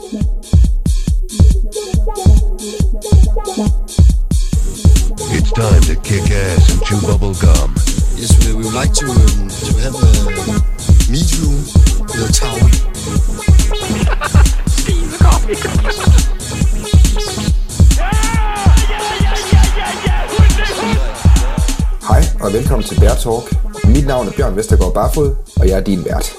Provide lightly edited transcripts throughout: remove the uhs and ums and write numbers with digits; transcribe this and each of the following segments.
It's time to kick ass and chew bubble gum. Yes, we would like to have a meet you with a towel. Hej og velkommen til Bear Talk. Mit navn er Bjørn Vestergaard Barfod, og jeg er din vært.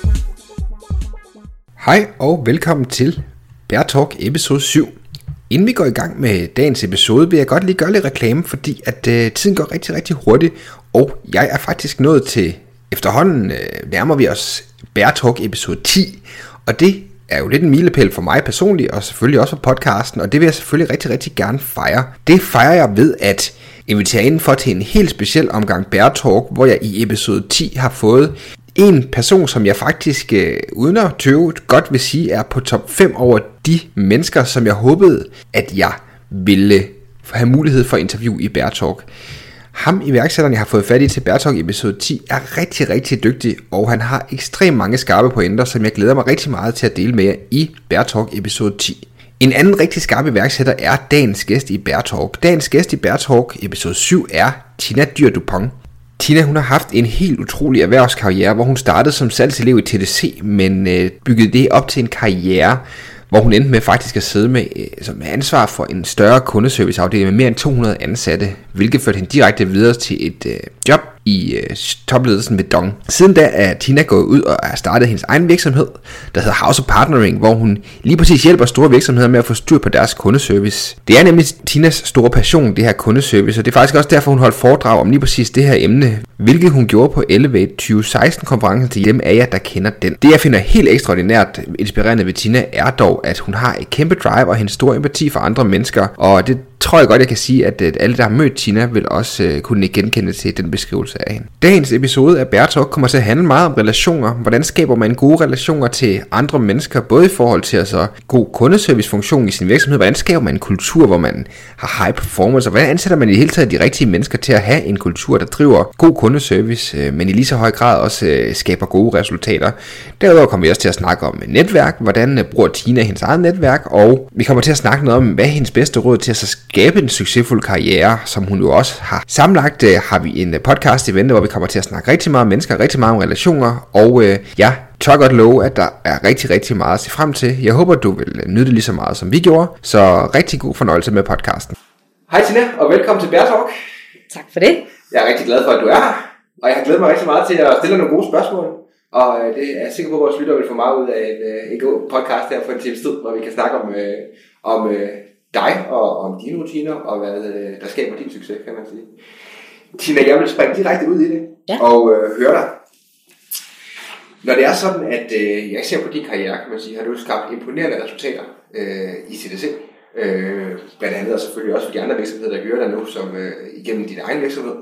Hej og velkommen til Bear Talk episode 7. Inden vi går i gang med dagens episode, vil jeg godt lige gøre lidt reklame, fordi at tiden går rigtig, rigtig hurtigt, og jeg er faktisk nået til, efterhånden nærmer vi os Bear Talk episode 10, og det er jo lidt en milepæl for mig personligt, og selvfølgelig også for podcasten, og det vil jeg selvfølgelig rigtig, rigtig gerne fejre. Det fejrer jeg ved at invitere indenfor til en helt speciel omgang Bear Talk, hvor jeg i episode 10 har fået en person, som jeg faktisk uden at tøve godt vil sige er på top 5 over de mennesker, som jeg håbede, at jeg ville have mulighed for interview i Bear Talk. Ham iværksætteren, jeg har fået fat i til Bear Talk episode 10, er rigtig, rigtig dygtig, og han har ekstremt mange skarpe pointer, som jeg glæder mig rigtig meget til at dele med jer i Bear Talk episode 10. En anden rigtig skarp iværksætter er dagens gæst i Bear Talk. Dagens gæst i Bear Talk episode 7 er Tina Dürr Dupont. Tina, hun har haft en helt utrolig erhvervskarriere, hvor hun startede som salgselev i TDC, men byggede det op til en karriere, hvor hun endte med faktisk at sidde med som ansvar for en større kundeserviceafdeling med mere end 200 ansatte, hvilket førte hende direkte videre til et job i topledelsen ved Dong. Siden da er Tina gået ud og har startet hendes egen virksomhed, der hedder House of Partnering, hvor hun lige præcis hjælper store virksomheder med at få styr på deres kundeservice. Det er nemlig Tinas store passion, det her kundeservice, og det er faktisk også derfor, hun holdt foredrag om lige præcis det her emne, hvilket hun gjorde på Elevate 2016-konferencen til dem af jer, der kender den. Det jeg finder helt ekstraordinært inspirerende ved Tina er dog, at hun har et kæmpe drive og hendes store empati for andre mennesker, og det tror jeg godt, jeg kan sige, at alle, der har mødt Tina, vil også kunne genkende til den beskrivelse af hende. Dagens episode af Bear Talk kommer til at handle meget om relationer. Hvordan skaber man gode relationer til andre mennesker, både i forhold til altså god kundeservicefunktion i sin virksomhed, hvordan skaber man en kultur, hvor man har high performance, og hvordan ansætter man i det hele taget de rigtige mennesker til at have en kultur, der driver god kundeservice, men i lige så høj grad også skaber gode resultater. Derudover kommer vi også til at snakke om netværk, hvordan bruger Tina hendes eget netværk, og vi kommer til at snakke noget om, hvad er hendes bedste råd til at så skabe en succesfuld karriere, som hun jo også har. Sammenlagt har vi en podcast i vente, hvor vi kommer til at snakke rigtig meget om mennesker, rigtig meget om relationer, og jeg tør godt love, at der er rigtig, rigtig meget at se frem til. Jeg håber, du vil nyde det lige så meget, som vi gjorde, så rigtig god fornøjelse med podcasten. Hej Tina, og velkommen til Bear Talk. Tak for det. Jeg er rigtig glad for, at du er her, og jeg har glædet mig rigtig meget til at stille nogle gode spørgsmål, og det er jeg sikker på, at vores lyttere vil få meget ud af en god podcast her for en times tid, hvor vi kan snakke om dig og om dine rutiner og hvad der skaber din succes, kan man sige. Tina, jeg vil springe direkte ud i det og høre dig. Når det er sådan, at jeg ser på din karriere, kan man sige, har du skabt imponerende resultater i CDC. Blandt andet og selvfølgelig også for de andre virksomheder, der hører dig nu, som igennem din egen virksomhed.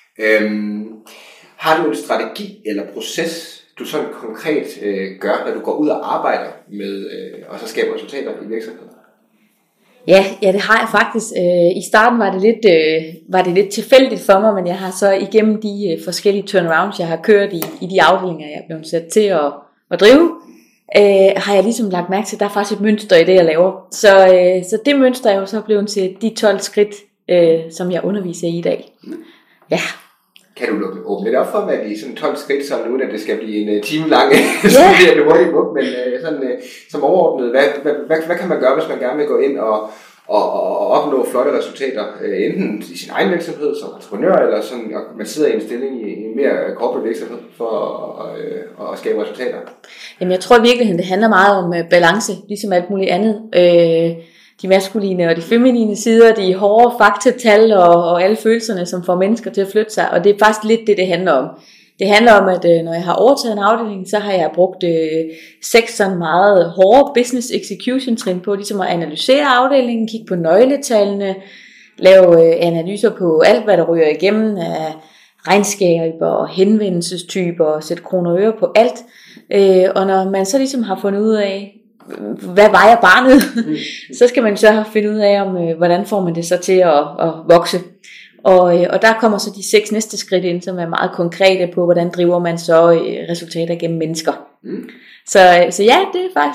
Har du en strategi eller proces, du sådan konkret gør, når du går ud og arbejder med og så skaber resultater i virksomheden? Ja, det har jeg faktisk. I starten var det lidt tilfældigt for mig, men jeg har så igennem de forskellige turnarounds, jeg har kørt i de afdelinger, jeg er blevet sat til at drive, har jeg ligesom lagt mærke til, at der er faktisk et mønster i det, jeg laver. Så det mønster er jo så blevet til de 12 skridt, som jeg underviser i dag. Ja. Kan du åbne lidt op for, hvad de sådan 12 skridt, som nu, at det skal blive en time lang, så bliver det hurtigt buk, men sådan som overordnet, hvad kan man gøre, hvis man gerne vil gå ind og opnå flotte resultater, enten i sin egen virksomhed som entreprenør, eller sådan, og man sidder i en stilling i en mere corporate virksomhed for at skabe resultater? Jamen jeg tror virkelig, det handler meget om balance, ligesom alt muligt andet. De maskuline og de feminine sider, de hårde faktatal og alle følelserne, som får mennesker til at flytte sig. Og det er faktisk lidt det handler om. Det handler om, at når jeg har overtaget en afdeling, så har jeg brugt 6 sådan meget hårde business execution trin på, ligesom at analysere afdelingen, kigge på nøgletallene, lave analyser på alt, hvad der ryger igennem af regnskaber og henvendelsestyper, sætte kroner og øre på alt. Og når man så ligesom har fundet ud af, hvad vejer barnet, så skal man så finde ud af, hvordan får man det så til at vokse. Og der kommer så de 6 næste skridt ind, som er meget konkrete på, hvordan driver man så resultater gennem mennesker. Så ja, det er faktisk det.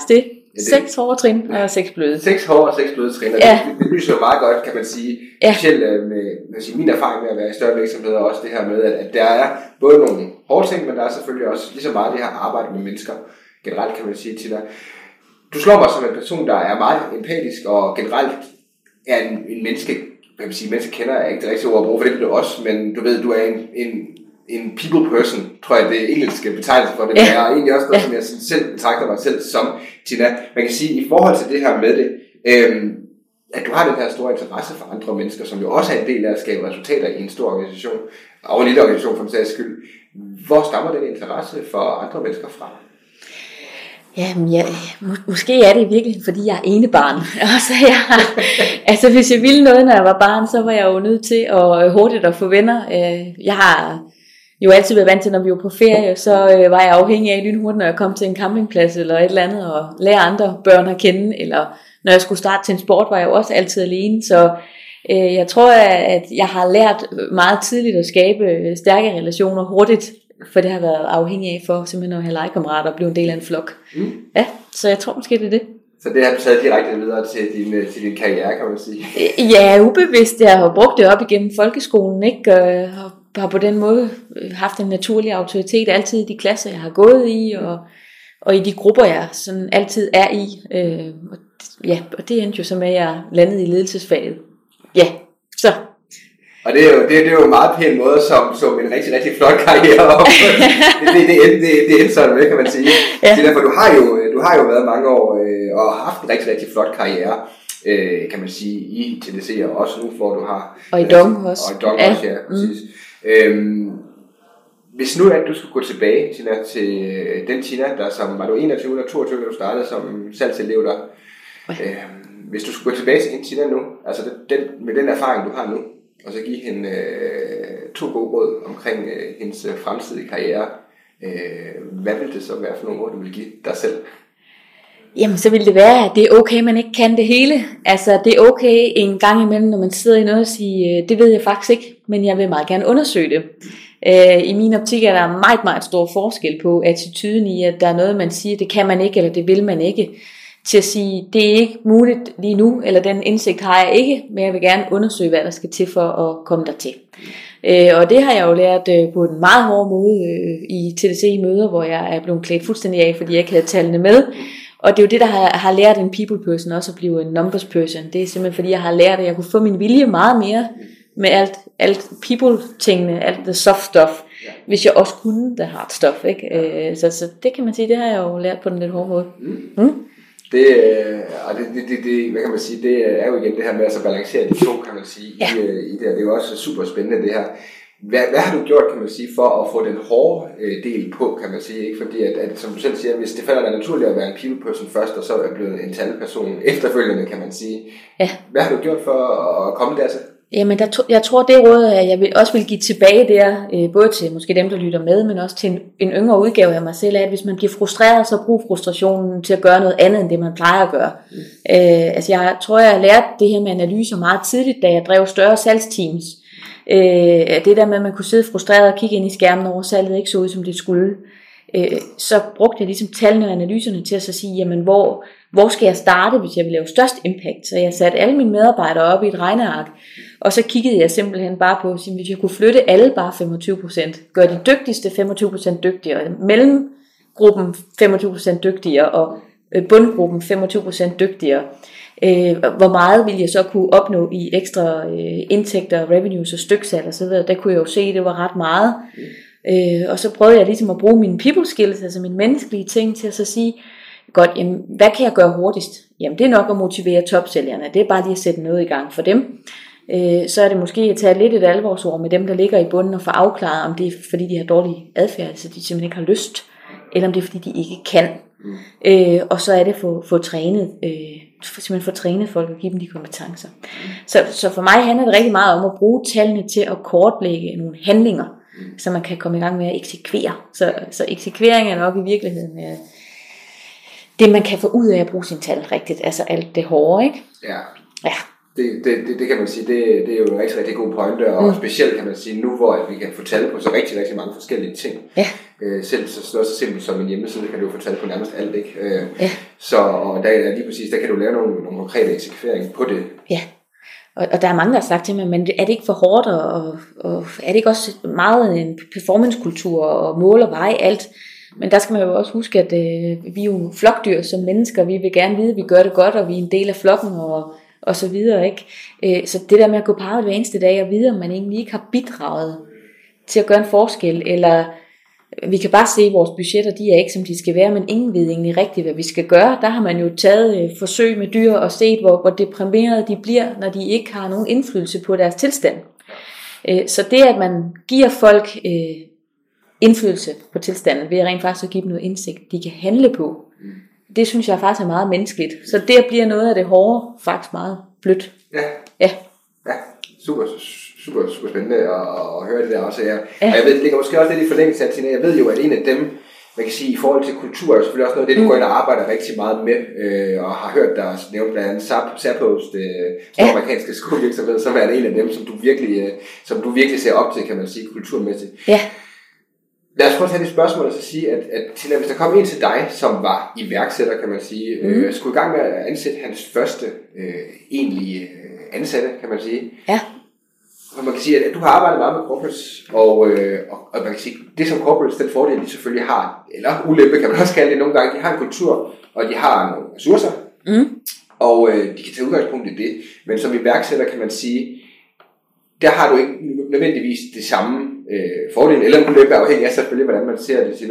6 hårde trin og 6 bløde. 6 hårde og 6 bløde trin, og det lyser jo meget godt, kan man sige. Specielt med min erfaring med at være i større virksomheder, også det her med, at der er både nogle hårde ting, men der er selvfølgelig også lige så meget det her arbejde med mennesker. Generelt kan man sige til dig. Du slår mig som en person, der er meget empatisk, og generelt er en menneske, kan man sige, menneske kender jeg ikke det rigtige ord at bruge, for det er du også, men du ved, du er en people person, tror jeg, det engelske betegnelse for det, og egentlig også noget, som jeg selv betragter mig selv som, Tina. Man kan sige, i forhold til det her med det, at du har den her store interesse for andre mennesker, som jo også er en del af at skabe resultater i en stor organisation, og en lille organisation for en sags skyld. Hvor stammer den interesse for andre mennesker fra? Jamen, måske er det i virkeligheden, fordi jeg er enebarn. Altså, hvis jeg ville noget, når jeg var barn, så var jeg jo nødt til at hurtigt at få venner. Jeg har jo altid været vant til, når vi var på ferie, så var jeg afhængig af lynhurtigt, når jeg kom til en campingplads eller et eller andet, og lære andre børn at kende, eller når jeg skulle starte til en sport, var jeg jo også altid alene. Så jeg tror, at jeg har lært meget tidligt at skabe stærke relationer hurtigt, for det har været afhængig af for simpelthen at have legekammerater og blive en del af en flok. Ja, så jeg tror måske det er det. Så det har du taget direkte videre til din karriere, kan man sige? Ja, ubevidst. Jeg har brugt det op igennem folkeskolen, ikke? Og har på den måde haft en naturlig autoritet altid i de klasser, jeg har gået i, og i de grupper, jeg sådan altid er i. Og det endte jo så med, at jeg landede i ledelsesfaget. Ja, så... Og det er jo en meget pæn måde, som en rigtig, rigtig flot karriere. det endte sådan med, kan man sige. Ja. Det er derfor, du har jo været mange år og haft en rigtig, rigtig flot karriere, kan man sige, i TDC, og også nu, hvor du har... Og i Dong også. Og i Dong også, ja, præcis. Hvis nu at du skulle gå tilbage, Tina, til den Tina, der som var du 21 eller 22, da du startede som salgselev der. Hvis du skulle gå tilbage til en Tina nu, altså med den erfaring, du har nu, og så give hende 2 gode råd omkring hendes fremtidige karriere. Hvad vil det så være for nogle råd, du vil give dig selv? Jamen, så vil det være, at det er okay, man ikke kan det hele. Altså, det er okay en gang imellem, når man sidder i noget og siger, det ved jeg faktisk ikke, men jeg vil meget gerne undersøge det. I min optik er der meget, meget stor forskel på attituden i, at der er noget, man siger, det kan man ikke, eller det vil man ikke, til at sige, det er ikke muligt lige nu, eller den indsigt har jeg ikke, men jeg vil gerne undersøge, hvad der skal til for at komme dertil. Og det har jeg jo lært på en meget hård måde i TDC-møder, hvor jeg er blevet klædt fuldstændig af, fordi jeg ikke havde tallene med. Og det er jo det, der har lært en people person også at blive en numbers person. Det er simpelthen fordi, jeg har lært, at jeg kunne få min vilje meget mere med alt people-tingene, alt det soft stuff, hvis jeg også kunne det hard stuff. Ikke? Så det kan man sige, det har jeg jo lært på den lidt hårde måde. Det, hvad kan man sige, det er jo igen det her med at så balancere de to, kan man sige, i det, og det er jo også super spændende det her. Hvad har du gjort, kan man sige, for at få den hårde del på, kan man sige, ikke? Fordi at som du selv siger, hvis det falder dig naturligt at være en people person først, og så er blevet en talperson efterfølgende, kan man sige. Ja. Hvad har du gjort for at komme dertil? Jamen, jeg tror det råd, at jeg også vil give tilbage der, både til måske dem, der lytter med, men også til en yngre udgave af mig selv, at hvis man bliver frustreret, så brug frustrationen til at gøre noget andet, end det man plejer at gøre. Altså, jeg tror, jeg har lært det her med analyser meget tidligt, da jeg drev større salgsteams. Det der med, at man kunne sidde frustreret og kigge ind i skærmen over salget, ikke så ud, som det skulle. Så brugte jeg ligesom tallene og analyserne til at så sige, jamen hvor skal jeg starte, hvis jeg vil lave størst impact? Så jeg satte alle mine medarbejdere op i et regneark, og så kiggede jeg simpelthen bare på, hvis jeg kunne flytte alle bare 25%, gøre de dygtigste 25% dygtigere, mellemgruppen 25% dygtigere, og bundgruppen 25% dygtigere. Hvor meget ville jeg så kunne opnå i ekstra indtægter, revenues og styksalg og så videre. Der kunne jeg jo se, at det var ret meget. Og så prøvede jeg ligesom at bruge mine people skills, altså mine menneskelige ting, til at så sige, godt, jamen, hvad kan jeg gøre hurtigst? Jamen, det er nok at motivere topsælgerne. Det er bare lige at sætte noget i gang for dem. Så er det måske at tage lidt et alvorsord med dem, der ligger i bunden, og få afklaret, om det er fordi de har dårlig adfærd, så de simpelthen ikke har lyst, eller om det er fordi de ikke kan. Og så er det få trænet, simpelthen få trænet folk og give dem de kompetencer. Så for mig handler det rigtig meget om at bruge tallene til at kortlægge nogle handlinger, så man kan komme i gang med at eksekvere. Så eksekvering er nok i virkeligheden det, man kan få ud af at bruge sine tal rigtigt. Altså alt det hårde, ikke? Ja. Det kan man sige, det er jo en rigtig, rigtig god pointe, og specielt kan man sige nu, hvor vi kan få tal på så rigtig, rigtig mange forskellige ting. Ja. Selv så simpelt som en hjemmeside kan du få tal på nærmest alt, ikke? Så og der lige præcis, der kan du lave nogle konkrete eksekveringer på det. Ja, og der er mange, der har sagt til mig, men er det ikke for hårdt, og er det ikke også meget en performancekultur, og mål og veje alt? Men der skal man jo også huske, at vi er jo flokdyr som mennesker, vi vil gerne vide, at vi gør det godt, og vi er en del af flokken, og så videre, ikke? Så det der med at gå på arbejde hver eneste dag, og vide, om man egentlig ikke har bidraget til at gøre en forskel, eller vi kan bare se, at vores budgetter, de er ikke, som de skal være, men ingen ved egentlig rigtigt, hvad vi skal gøre. Der har man jo taget forsøg med dyr og set, hvor deprimerede de bliver, når de ikke har nogen indflydelse på deres tilstand. Så det, at man giver folk indflydelse på tilstanden, ved at rent faktisk at give dem noget indsigt, de kan handle på, det synes jeg faktisk er meget menneskeligt. Så det bliver noget af det hårde faktisk meget blødt. Ja, super spændende at høre det der også. Og jeg ved, det ligger måske også lidt i forlængelse af Tina. Jeg ved jo, at en af dem, man kan sige, i forhold til kultur, er selvfølgelig også noget af det, du går ind og arbejder rigtig meget med, og har hørt dig nævnt blandt andet Zappos, den amerikanske skolevirksomhed, som er en af dem, som du virkelig ser op til, kan man sige, kulturmæssigt. Ja. Lad os prøve at tage det spørgsmål og så sige, at Tina, hvis der kom en til dig, som var iværksætter, kan man sige, skulle i gang med at ansætte hans første egentlige ansatte, kan man sige. Ja. Og man kan sige, at du har arbejdet meget med corporates, og man kan sige, det som corporates, den fordel, de selvfølgelig har, eller ulempe kan man også kalde det nogle gange, de har en kultur, og de har nogle ressourcer, og de kan tage udgangspunkt i det. Men som iværksætter kan man sige, der har du ikke nødvendigvis det samme fordel, eller ulempe, afhængig af selvfølgelig, hvordan man ser det.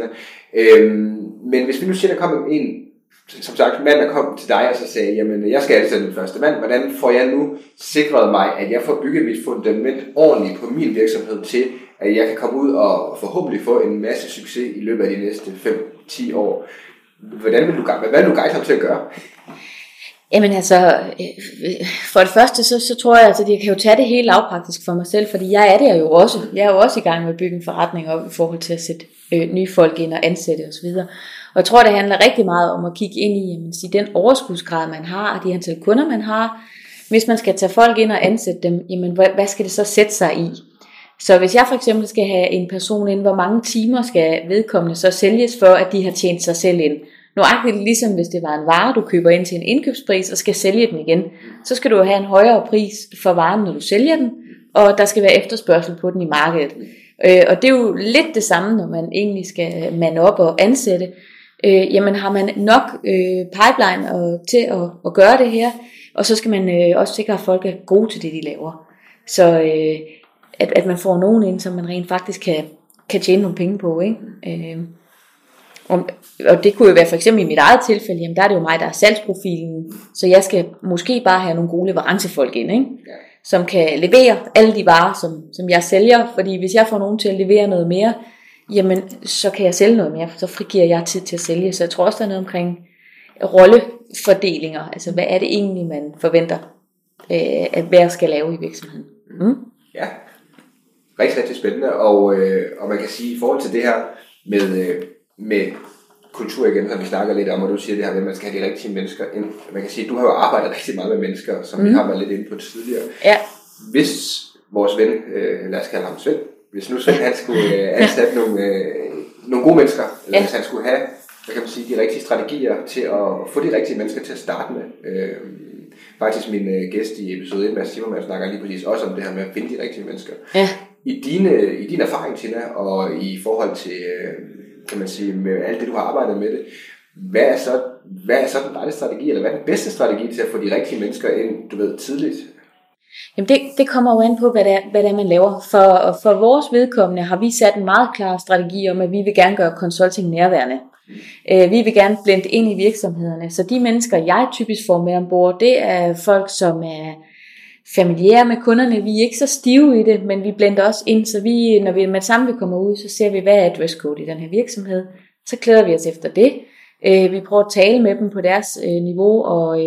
Men hvis vi nu siger, der kommer en, som sagt, mand, der kom til dig og så sagde, jamen, jeg skal ansætte den første mand, hvordan får jeg nu sikret mig, at jeg får bygget mit fundament ordentligt på min virksomhed til, at jeg kan komme ud og forhåbentlig få en masse succes i løbet af de næste 5-10 år. Hvad vil du guide ham til at gøre? Jamen altså, for det første, så tror jeg, at jeg kan jo tage det helt lavpraktisk for mig selv, fordi jeg er det jo også. Jeg er jo også i gang med at bygge en forretning op i forhold til at sætte nye folk ind og ansætte osv. Og jeg tror, det handler rigtig meget om at kigge ind i den overskudsgrad, man har, og de antal kunder, man har. Hvis man skal tage folk ind og ansætte dem, jamen hvad skal det så sætte sig i? Så hvis jeg for eksempel skal have en person ind, hvor mange timer skal vedkommende så sælges for, at de har tjent sig selv ind? Nøjagtigt ligesom hvis det var en vare, du køber ind til en indkøbspris og skal sælge den igen, så skal du have en højere pris for varen, når du sælger den, og der skal være efterspørgsel på den i markedet. Og det er jo lidt det samme, når man egentlig skal mande op og ansætte. Jamen har man nok pipeline til at gøre det her, og så skal man også sikre, at folk er gode til det, de laver. Så at man får nogen ind, som man rent faktisk kan tjene nogle penge på, ikke? Og det kunne jo være for eksempel i mit eget tilfælde, jamen der er det jo mig, der er salgsprofilen, så jeg skal måske bare have nogle gode leverancefolk ind, ikke? Ja. Som kan levere alle de varer, som jeg sælger, fordi hvis jeg får nogen til at levere noget mere, jamen så kan jeg sælge noget mere, for så frigiver jeg tid til at sælge. Så jeg tror også, der er noget omkring rollefordelinger, altså hvad er det egentlig, man forventer, at hver skal lave i virksomheden. Ja, rigtig spændende, og man kan sige i forhold til det her med kultur igen, som vi snakker lidt om, og du siger det her med, at man skal have de rigtige mennesker ind. Man kan sige, at du har jo arbejdet rigtig meget med mennesker, som vi har været lidt inde på tidligere. Ja. Hvis vores ven, lad os kalde ham Svend, hvis nu Svend han skulle ansætte nogle gode mennesker, eller hvis han skulle have, hvad kan man sige, de rigtige strategier til at få de rigtige mennesker til at starte med. Faktisk min gæst i episode 1, Mads Timmermann, snakker lige præcis også om det her med at finde de rigtige mennesker. Ja. I din erfaring, Tina, og i forhold til kan man sige, med alt det, du har arbejdet med det, hvad er så den rette strategi, eller hvad er den bedste strategi til at få de rigtige mennesker ind, du ved, tidligt? Jamen det kommer jo an på, hvad det er, man laver. For vores vedkommende har vi sat en meget klar strategi om, at vi vil gerne gøre consulting nærværende. Vi vil gerne blende ind i virksomhederne. Så de mennesker, jeg typisk får med ombord, det er folk, som er familiære med kunderne. Vi er ikke så stive i det, men vi blender også ind, så når vi med sammen kommer ud, så ser vi, hvad er dresscode i den her virksomhed. Så klæder vi os efter det. Vi prøver at tale med dem på deres niveau,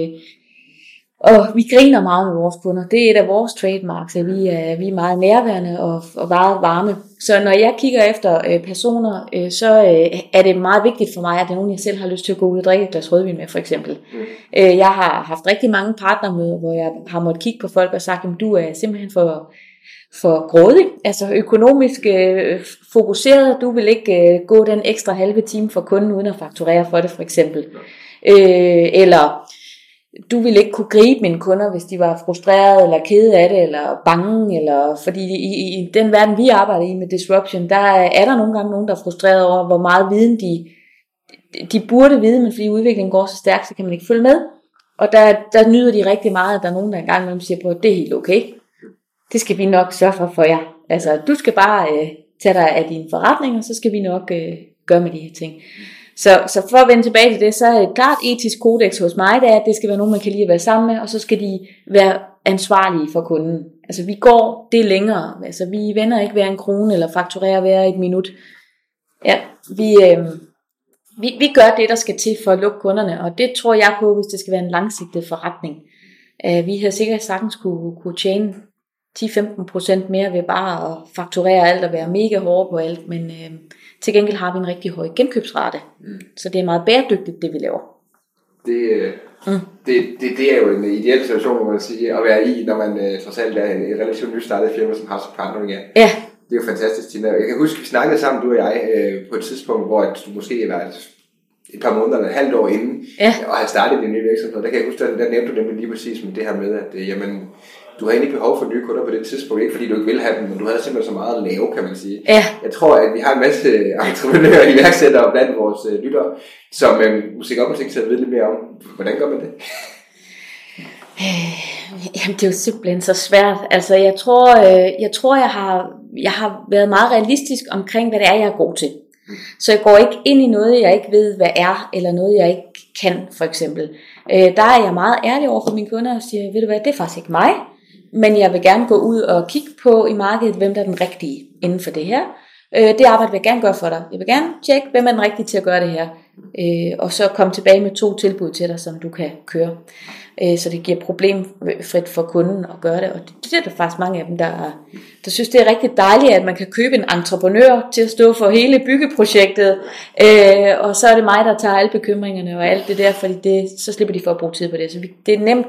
og vi griner meget med vores kunder. Det er et af vores trademarks, at vi er meget nærværende og meget varme. Så når jeg kigger efter personer, så er det meget vigtigt for mig, at det er nogen, jeg selv har lyst til at gå ud og drikke et glas rødvin med, for eksempel. Jeg har haft rigtig mange partnermøder, hvor jeg har måttet kigge på folk og sagt, at du er simpelthen for grådig, altså økonomisk fokuseret. Du vil ikke gå den ekstra halve time for kunden uden at fakturere for det, for eksempel. Eller du ville ikke kunne gribe mine kunder, hvis de var frustrerede eller kede af det, eller bange, eller fordi i den verden, vi arbejder i med disruption, der er der nogle gange nogen, der er frustreret over, hvor meget viden de burde vide, men fordi udviklingen går så stærkt, så kan man ikke følge med. Og der nyder de rigtig meget, at der er nogen, der engang imellem siger på, det er helt okay. Det skal vi nok sørge for jer. Altså, du skal bare tage dig af din forretning, og så skal vi nok gøre med de her ting. Så for at vende tilbage til det, så er et klart etisk kodex hos mig, det er, at det skal være nogen, man kan lide at være sammen med, og så skal de være ansvarlige for kunden. Altså, vi går det længere. Altså, vi vender ikke hver en krone, eller fakturerer hver et minut. Ja, vi gør det, der skal til for at lukke kunderne, og det tror jeg på, hvis det skal være en langsigtet forretning. Vi har sikkert sagtens kunne tjene 10-15% mere ved bare at fakturere alt og være mega hårde på alt, men til gengæld har vi en rigtig høj genkøbsrate, så det er meget bæredygtigt, det vi laver. Det er jo en ideel situation, må man sige, at være i, når man trods alt er en relativt nystartet firma, som har så partnering af. Ja. Det er jo fantastisk, Tina. Jeg kan huske, vi snakkede sammen, du og jeg, på et tidspunkt, hvor du måske var et par måneder eller et halvt år inden, og havde startet din nye virksomhed. Der kan jeg huske, der nævnte du nemlig lige præcis med det her med, at jamen, du har egentlig behov for nye kunder på det tidspunkt, ikke fordi du ikke vil have dem, men du havde simpelthen så meget at lave, kan man sige. Ja. Jeg tror, at vi har en masse entreprenører og iværksættere blandt vores lyttere, som måske godt må tænke sig at vide lidt mere om, hvordan gør man det? Jamen, det er jo simpelthen så svært. Altså, jeg tror, jeg har været meget realistisk omkring, hvad det er, jeg er god til. Så jeg går ikke ind i noget, jeg ikke ved, hvad er, eller noget, jeg ikke kan, for eksempel. Der er jeg meget ærlig over for mine kunder og siger, ved du hvad, det er faktisk ikke mig, men jeg vil gerne gå ud og kigge på i markedet, hvem der er den rigtige inden for det her. Det arbejde vil jeg gerne gøre for dig. Jeg vil gerne tjekke, hvem er den rigtige til at gøre det her. Og så komme tilbage med 2 tilbud til dig, som du kan køre. Så det giver problemfrit for kunden at gøre det. Og det er der faktisk mange af dem, der synes, det er rigtig dejligt, at man kan købe en entreprenør til at stå for hele byggeprojektet. Og så er det mig, der tager alle bekymringerne og alt det der, fordi så slipper de for at bruge tid på det. Så det er nemt.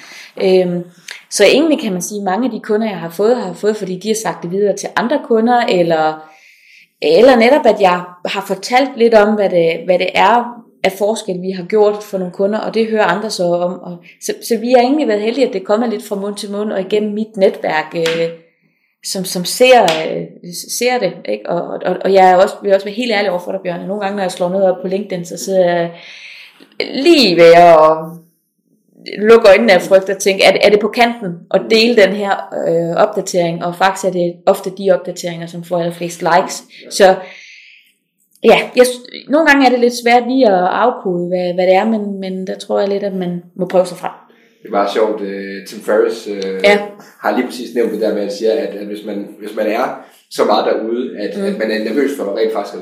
Så egentlig kan man sige, at mange af de kunder, jeg har fået, fordi de har sagt det videre til andre kunder, eller netop, at jeg har fortalt lidt om, hvad det er af forskel, vi har gjort for nogle kunder, og det hører andre så om. Så vi har egentlig været heldige, at det kommer lidt fra mund til mund, og igennem mit netværk, som ser det. Ikke? Og jeg vil også være helt ærlig over for dig, Bjørn. Nogle gange, når jeg slår noget op på LinkedIn, så sidder jeg lige ved at lukke øjnene af frygt og tænke, er det på kanten at dele den her opdatering, og faktisk er det ofte de opdateringer, som får allerflest likes. Så ja, nogle gange er det lidt svært lige at afkode, hvad det er, men der tror jeg lidt, at man må prøve sig frem. Det er meget sjovt. Tim Ferriss har lige præcis nævnt det der med, at sige, at hvis man er så meget derude, at man er nervøs for rent faktisk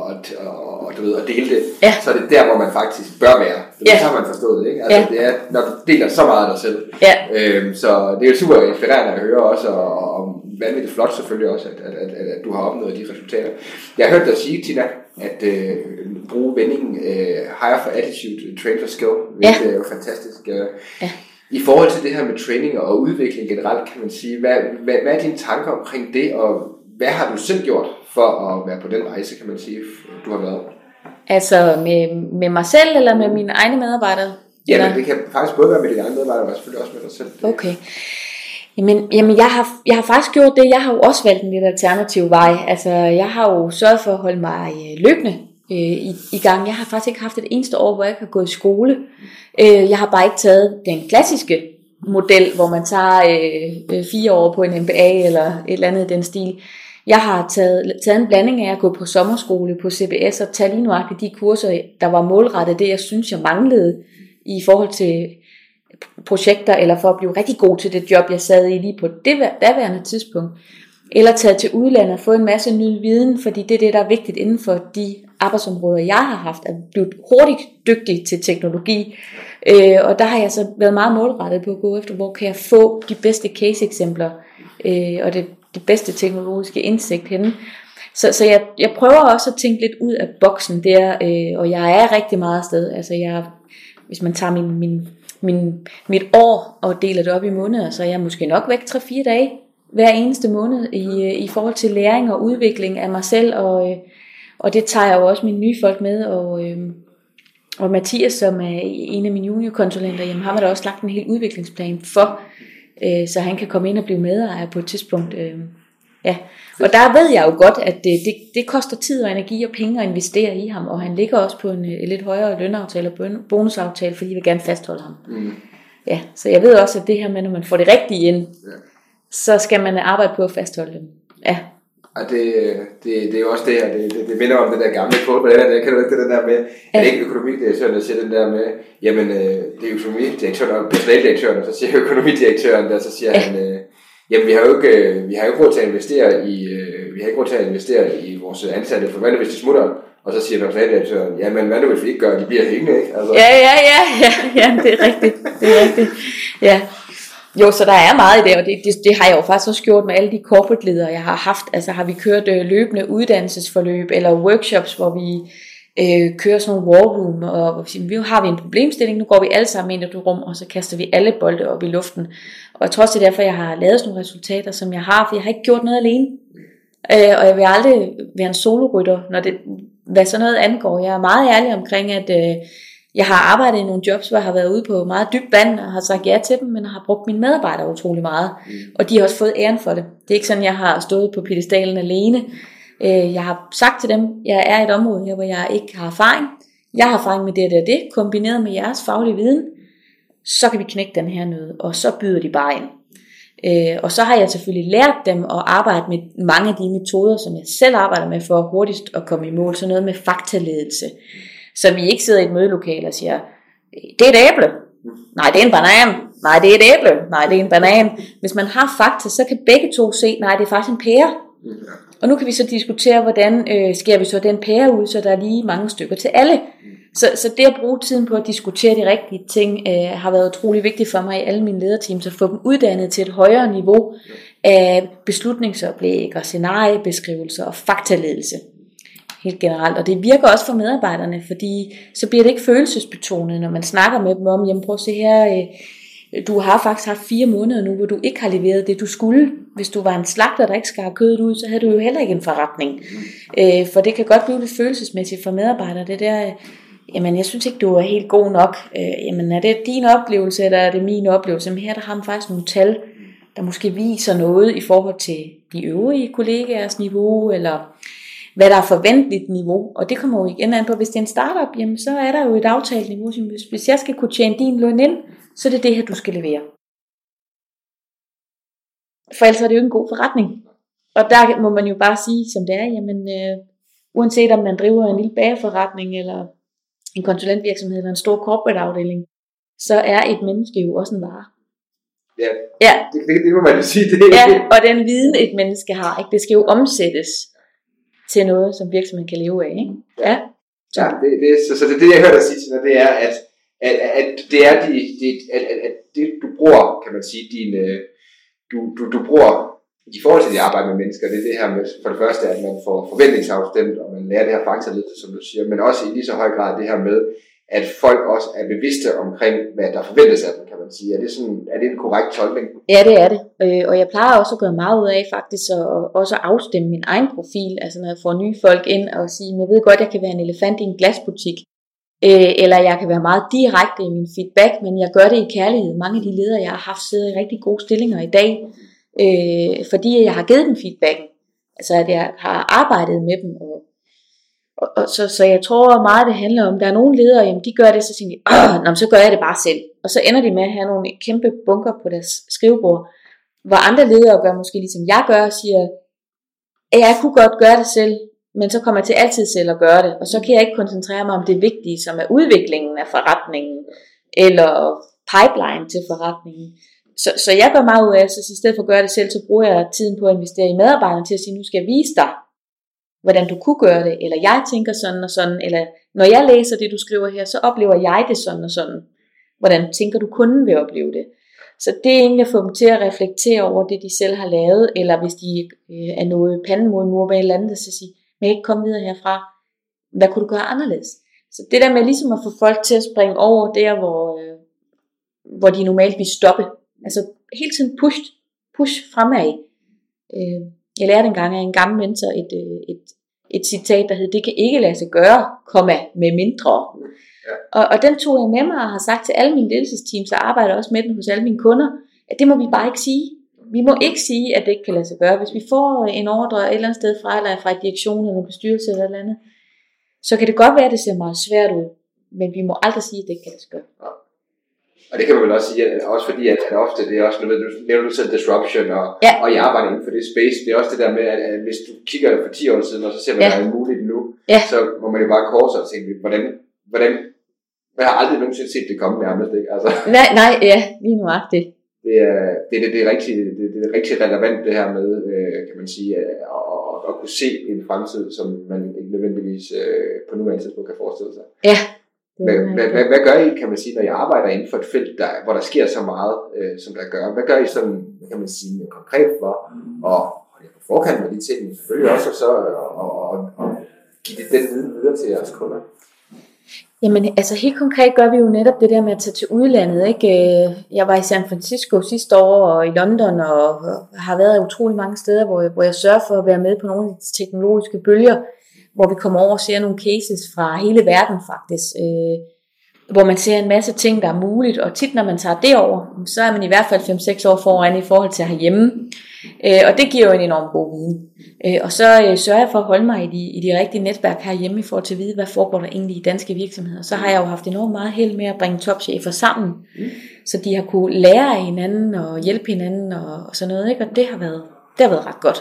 at dele det, så er det der, hvor man faktisk bør være. Så har man forstået det, ikke? Altså, det er, når du deler så meget af dig selv. Så det er jo super inspirerende at høre også, og vanvittigt flot selvfølgelig også, at du har opnået de resultater. Jeg har hørt dig sige, Tina, at bruge vendingen hire for attitude, train for skill. Det er jo fantastisk. I forhold til det her med training og udvikling generelt, kan man sige, hvad er dine tanker omkring det, og hvad har du selv gjort for at være på den rejse, kan man sige, du har været? Altså med mig selv, eller med mine egne medarbejdere? Ja, men det kan faktisk både være med dine egne medarbejdere, men selvfølgelig også med dig selv. Okay. Jamen jeg har faktisk gjort det. Jeg har jo også valgt en lidt alternativ vej. Altså, jeg har jo sørget for at holde mig løbende i gang. Jeg har faktisk ikke haft et eneste år, hvor jeg ikke har gået i skole. Jeg har bare ikke taget den klassiske model, hvor man tager 4 år på en MBA eller et eller andet i den stil. Jeg har taget en blanding af at gå på sommerskole på CBS og tage lige nuagtigt de kurser, der var målrettet det, jeg synes, jeg manglede i forhold til projekter, eller for at blive rigtig god til det job, jeg sad i lige på det daværende tidspunkt. Eller tage til udlandet og få en masse ny viden, fordi det er det, der er vigtigt inden for de arbejdsområder, jeg har haft, at blive hurtigt dygtig til teknologi. Og der har jeg så været meget målrettet på at gå efter, hvor kan jeg få de bedste case-eksempler, og det bedste teknologiske indsigt henne. Så jeg prøver også at tænke lidt ud af boksen der, og jeg er rigtig meget afsted. Altså hvis man tager mit år og deler det op i måneder, så er jeg måske nok væk 3-4 dage hver eneste måned i forhold til læring og udvikling af mig selv, og det tager jeg jo også mine nye folk med, Og Mathias, som er en af mine juniorkonsulenter, jamen ham har der også lagt en hel udviklingsplan for, så han kan komme ind og blive medejer på et tidspunkt. Ja. Og der ved jeg jo godt, at det koster tid og energi og penge at investere i ham, og han ligger også på en lidt højere lønaftale og bonusaftale, fordi jeg vil gerne fastholde ham. Ja, så jeg ved også, at det her med, når man får det rigtige ind, så skal man arbejde på at fastholde dem. Ja. Og det er jo også det her, det minder om det der gamle kode, hvordan det kan du ikke det der med, at ikke økonomidirektøren, der siger den der med, jamen det er økonomidirektøren og personaldirektøren, og så siger økonomidirektøren, der så siger han, jamen vi har jo ikke råd til at investere i vores ansatte, for hvad hvis de smutter, og så siger personaldirektøren, jamen hvad nu hvis vi ikke gør, de bliver hængende, ikke? Altså. Ja, det er rigtigt, ja. Jo, så der er meget i det, og det har jeg jo faktisk også gjort med alle de corporate ledere, jeg har haft. Altså har vi kørt løbende uddannelsesforløb eller workshops, hvor vi kører sådan nogle war room, og hvor vi siger, har vi en problemstilling, nu går vi alle sammen ind i et rum, og så kaster vi alle bolde op i luften. Og jeg tror også, det er derfor, jeg har lavet sådan nogle resultater, som jeg har, for jeg har ikke gjort noget alene. Og jeg vil aldrig være en solorytter, hvad sådan noget angår. Jeg er meget ærlig omkring, at jeg har arbejdet i nogle jobs, hvor jeg har været ude på meget dybt vand, og har sagt ja til dem, men har brugt mine medarbejdere utrolig meget. Og de har også fået æren for det. Det er ikke sådan, jeg har stået på piedestalen alene. Jeg har sagt til dem, jeg er i et område her, hvor jeg ikke har erfaring. Jeg har erfaring med det og det, kombineret med jeres faglige viden. Så kan vi knække den her nød, og så byder de bare ind. Og så har jeg selvfølgelig lært dem at arbejde med mange af de metoder, som jeg selv arbejder med for hurtigst at komme i mål. Så noget med faktaledelse. Så vi ikke sidder i et mødelokale og siger, det er et æble. Nej, det er en banan. Nej, det er et æble. Nej, det er en banan. Hvis man har fakta, så kan begge to se, nej, det er faktisk en pære. Og nu kan vi så diskutere, hvordan skærer vi så den pære ud, så der er lige mange stykker til alle. Så det at bruge tiden på at diskutere de rigtige ting, har været utrolig vigtigt for mig i alle mine lederteams, at få dem uddannet til et højere niveau af beslutningsoplæg og scenariebeskrivelser og faktaledelse. Helt generelt, og det virker også for medarbejderne, fordi så bliver det ikke følelsesbetonet, når man snakker med dem om, jamen prøv at se her, du har faktisk haft 4 måneder nu, hvor du ikke har leveret det, du skulle. Hvis du var en slagter, der ikke skar kødet ud, så havde du jo heller ikke en forretning. For det kan godt blive lidt følelsesmæssigt for medarbejdere, det der, jamen jeg synes ikke, du er helt god nok. Jamen er det din oplevelse, eller er det min oplevelse? Men her der har man faktisk nogle tal, der måske viser noget i forhold til de øvrige kollegaers niveau, eller hvad der er forventeligt niveau, og det kommer jo igen an på, hvis det er en startup, jamen så er der jo et aftalt niveau, hvis jeg skal kunne tjene din løn ind, så er det det her, du skal levere. For ellers er det jo en god forretning. Og der må man jo bare sige, som det er, jamen uanset om man driver en lille bagerforretning, eller en konsulentvirksomhed, eller en stor corporate afdeling, så er et menneske jo også en vare. Ja. Det må man jo sige. Det. Ja, og den viden et menneske har, ikke? Det skal jo omsættes til noget, som virksomheden kan leve af, ikke? Ja. Så det jeg hører dig sige, det er, at det er at det du bruger, kan man sige, du bruger i forhold til dit arbejde med mennesker, det er det her med, for det første, at man får forventningsafstemt, og man lærer det her faktaledelse, som du siger, men også i lige så høj grad det her med, at folk også er bevidste omkring, hvad der forventes af dem, kan man sige. Er det en korrekt tolkning? Ja, det er det. Og jeg plejer også at gøre meget ud af faktisk, og også afstemme min egen profil, altså når jeg får nye folk ind og sige, jeg ved godt, jeg kan være en elefant i en glasbutik, eller jeg kan være meget direkte i min feedback, men jeg gør det i kærlighed. Mange af de ledere, jeg har haft, sidder i rigtig gode stillinger i dag, fordi jeg har givet dem feedbacken. Altså at jeg har arbejdet med dem, så jeg tror meget, det handler om, der er nogle ledere, jamen de gør det, så siger de, så gør jeg det bare selv. Og så ender de med at have nogle kæmpe bunker på deres skrivebord, hvor andre ledere gør måske ligesom jeg gør, og siger, jeg kunne godt gøre det selv, men så kommer jeg til altid selv at gøre det, og så kan jeg ikke koncentrere mig om det vigtige, som er udviklingen af forretningen, eller pipeline til forretningen. Så jeg gør meget ud af, så i stedet for at gøre det selv, så bruger jeg tiden på at investere i medarbejderne til at sige, nu skal jeg vise dig, hvordan du kunne gøre det, eller jeg tænker sådan og sådan, eller når jeg læser det, du skriver her, så oplever jeg det sådan og sådan. Hvordan tænker du kunden vil opleve det? Så det er egentlig at få dem til at reflektere over det, de selv har lavet, eller hvis de er nået panden mod en mur med et eller andet, så sige, men jeg ikke komme videre herfra, hvad kunne du gøre anderledes? Så det der med ligesom at få folk til at springe over der, hvor de normalt vil stoppe, altså hele tiden push fremad. Jeg lærte engang af en gammel mentor et citat, der hed, det kan ikke lade sig gøre, med mindre. Og den tog jeg med mig og har sagt til alle mine ledelsesteams, og arbejder også med den hos alle mine kunder, at det må vi bare ikke sige. Vi må ikke sige, at det ikke kan lade sig gøre. Hvis vi får en ordre et eller andet sted fra, eller fra direktion eller bestyrelse eller noget andet, så kan det godt være, at det ser meget svært ud. Men vi må aldrig sige, at det ikke kan lade sig gøre. Ja. Og det kan man vel også sige, også fordi at ofte det er også noget, du nævner du selv disruption, og jeg arbejder inden for det space. Det er også det der med, at hvis du kigger for 10 år siden, og så ser man, at det er muligt nu, så må man jo bare korse og tænke, hvordan jeg har aldrig nogensinde set det komme nærmest, ikke? Altså. Nej, lige nu er det. Det er rigtig relevant det her med, kan man sige, at kunne se en fremtid, som man ikke nødvendigvis på nuværende tidspunkt kan forestille sig. Ja. Hvad gør I, kan man sige, når I arbejder inden for et felt, hvor der sker så meget, som der gør? Hvad gør I sådan, kan man sige, konkret for at holde på forkant med de ting, selvfølgelig også, og så og give den viden videre til jeres kunder? Jamen, altså helt konkret gør vi jo netop det der med at tage til udlandet, ikke? Jeg var i San Francisco sidste år, og i London, og har været utrolig mange steder, hvor jeg sørger for at være med på nogle af de teknologiske bølger, hvor vi kommer over og ser nogle cases fra hele verden faktisk, hvor man ser en masse ting, der er muligt, og tit når man tager det over, så er man i hvert fald 5-6 år foran i forhold til herhjemme, og det giver jo en enorm god viden. Og så sørger jeg for at holde mig i de rigtige netværk herhjemme i forhold til at vide, hvad foregår der egentlig i danske virksomheder. Så har jeg jo haft enormt meget held med at bringe topchefer sammen, så de har kunne lære af hinanden og hjælpe hinanden og sådan noget, ikke? Og det har været ret godt.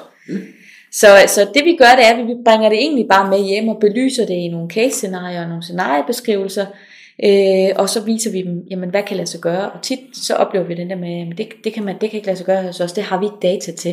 Så det vi gør, det er, at vi bringer det egentlig bare med hjem og belyser det i nogle case-scenarier og nogle scenariebeskrivelser, og så viser vi dem, jamen hvad kan lade sig gøre, og tit så oplever vi den der med, det kan ikke lade sig gøre, så også det har vi ikke data til.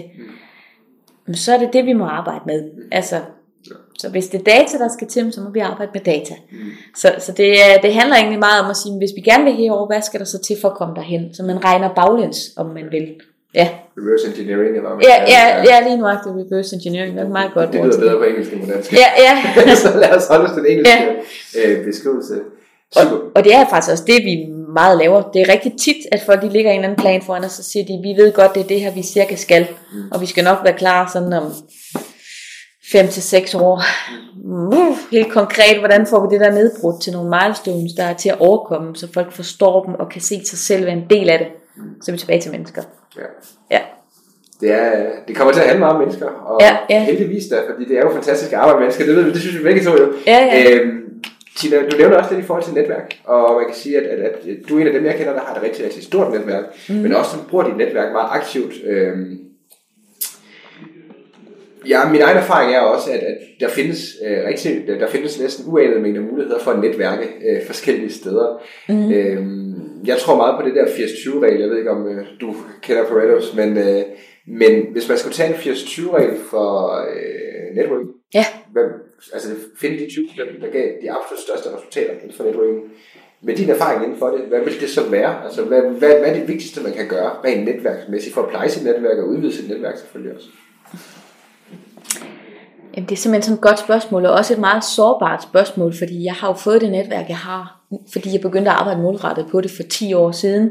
Men så er det vi må arbejde med. Altså, så hvis det er data, der skal til, så må vi arbejde med data. Så det handler egentlig meget om at sige, hvis vi gerne vil herover, hvad skal der så til for at komme derhen? Så man regner baglæns, om man vil. Ja. Reverse engineering, eller hvad man ja, lige nu er det reverse engineering. Det er meget godt. Det lyder bedre på engelsk end på dansk. Ja. Så lad os holde os den engelske beskrivelse. Og det er faktisk også det, vi meget laver. Det er rigtig tit, at folk de ligger en eller anden plan foran os, så siger de, vi ved godt, det er det her, vi cirka skal. Og vi skal nok være klar sådan om 5-6 år. Helt konkret, hvordan får vi det der nedbrudt til nogle milestones, der er til at overkomme, så folk forstår dem og kan se sig selv være en del af det. Så er vi tilbage til mennesker. Ja. Det kommer til at handle meget om mennesker, og heldigvis da, fordi det er jo fantastisk at arbejde med mennesker, det synes vi begge to jo. Tina, du nævner også lidt i forhold til netværk, og man kan sige, at du er en af dem, jeg kender, der har et rigtig, rigtig stort netværk, men også som bruger dit netværk meget aktivt. Min egen erfaring er også, at der findes næsten uanede mængder muligheder for at netværke forskellige steder. Jeg tror meget på det der 80-20-regel. Jeg ved ikke, om du kender Pareto's, men hvis man skulle tage en 80-20-regel for networking, finde de 20%, der gav de absolut største resultater inden for networking. Med din erfaring inden for det, hvad vil det så være? Altså, hvad er det vigtigste, man kan gøre rent netværksmæssigt for at pleje sit netværk og udvide sit netværk selvfølgelig også? Jamen, det er simpelthen sådan et godt spørgsmål, og også et meget sårbart spørgsmål, fordi jeg har jo fået det netværk, jeg har, fordi jeg begyndte at arbejde målrettet på det for 10 år siden.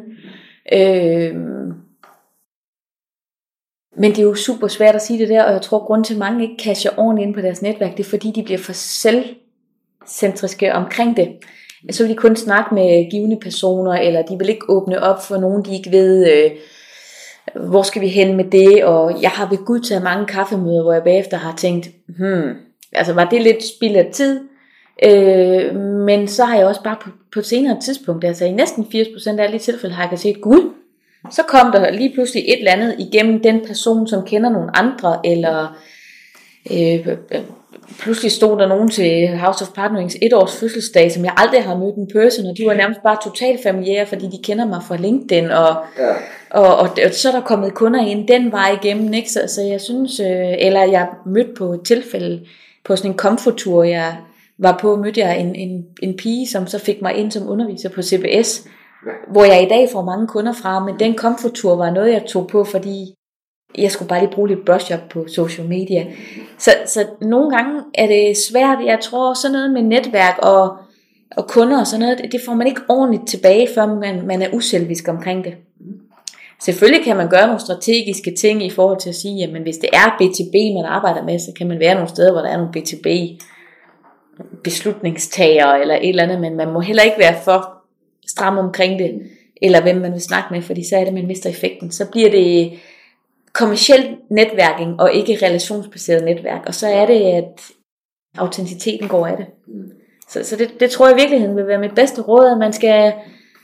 Men det er jo super svært at sige det der, og jeg tror, grunden til, at mange ikke casher ordentligt ind på deres netværk, det er fordi, de bliver for selvcentriske omkring det. Så vil de kun snakke med givende personer, eller de vil ikke åbne op for nogen, de ikke ved, hvor skal vi hen med det, og jeg har ved Gud taget mange kaffemøder, hvor jeg bagefter har tænkt, altså var det lidt spild af tid, men så har jeg også bare på et senere tidspunkt, altså i næsten 80% af alle de tilfælde, har jeg set, Gud, så kom der lige pludselig et eller andet igennem den person, som kender nogle andre, eller pludselig stod der nogen til House of Partnerings 1-års fødselsdag, som jeg aldrig har mødt en person, og de var nærmest bare totalt familiære, fordi de kender mig fra LinkedIn, og så er der kommet kunder ind den vej igennem, ikke? Så jeg synes, eller jeg mødte på et tilfælde, på sådan en komfortur, jeg var på, mødte jeg en pige, som så fik mig ind som underviser på CBS, hvor jeg i dag får mange kunder fra, men den komfortur var noget, jeg tog på, fordi jeg skulle bare lige bruge lidt brush-up på social media. Så nogle gange er det svært. Jeg tror sådan noget med netværk og kunder og sådan noget, det får man ikke ordentligt tilbage, før man er uselvisk omkring det. Selvfølgelig kan man gøre nogle strategiske ting i forhold til at sige, jamen hvis det er B2B, man arbejder med, så kan man være nogle steder, hvor der er nogle B2B beslutningstager eller et eller andet, men man må heller ikke være for stram omkring det, eller hvem man vil snakke med, fordi så er det, man mister effekten. Så bliver det kommerciel netværking, og ikke relationsbaseret netværk, og så er det, at autenticiteten går af det. Så det tror jeg i virkeligheden vil være mit bedste råd, at man skal,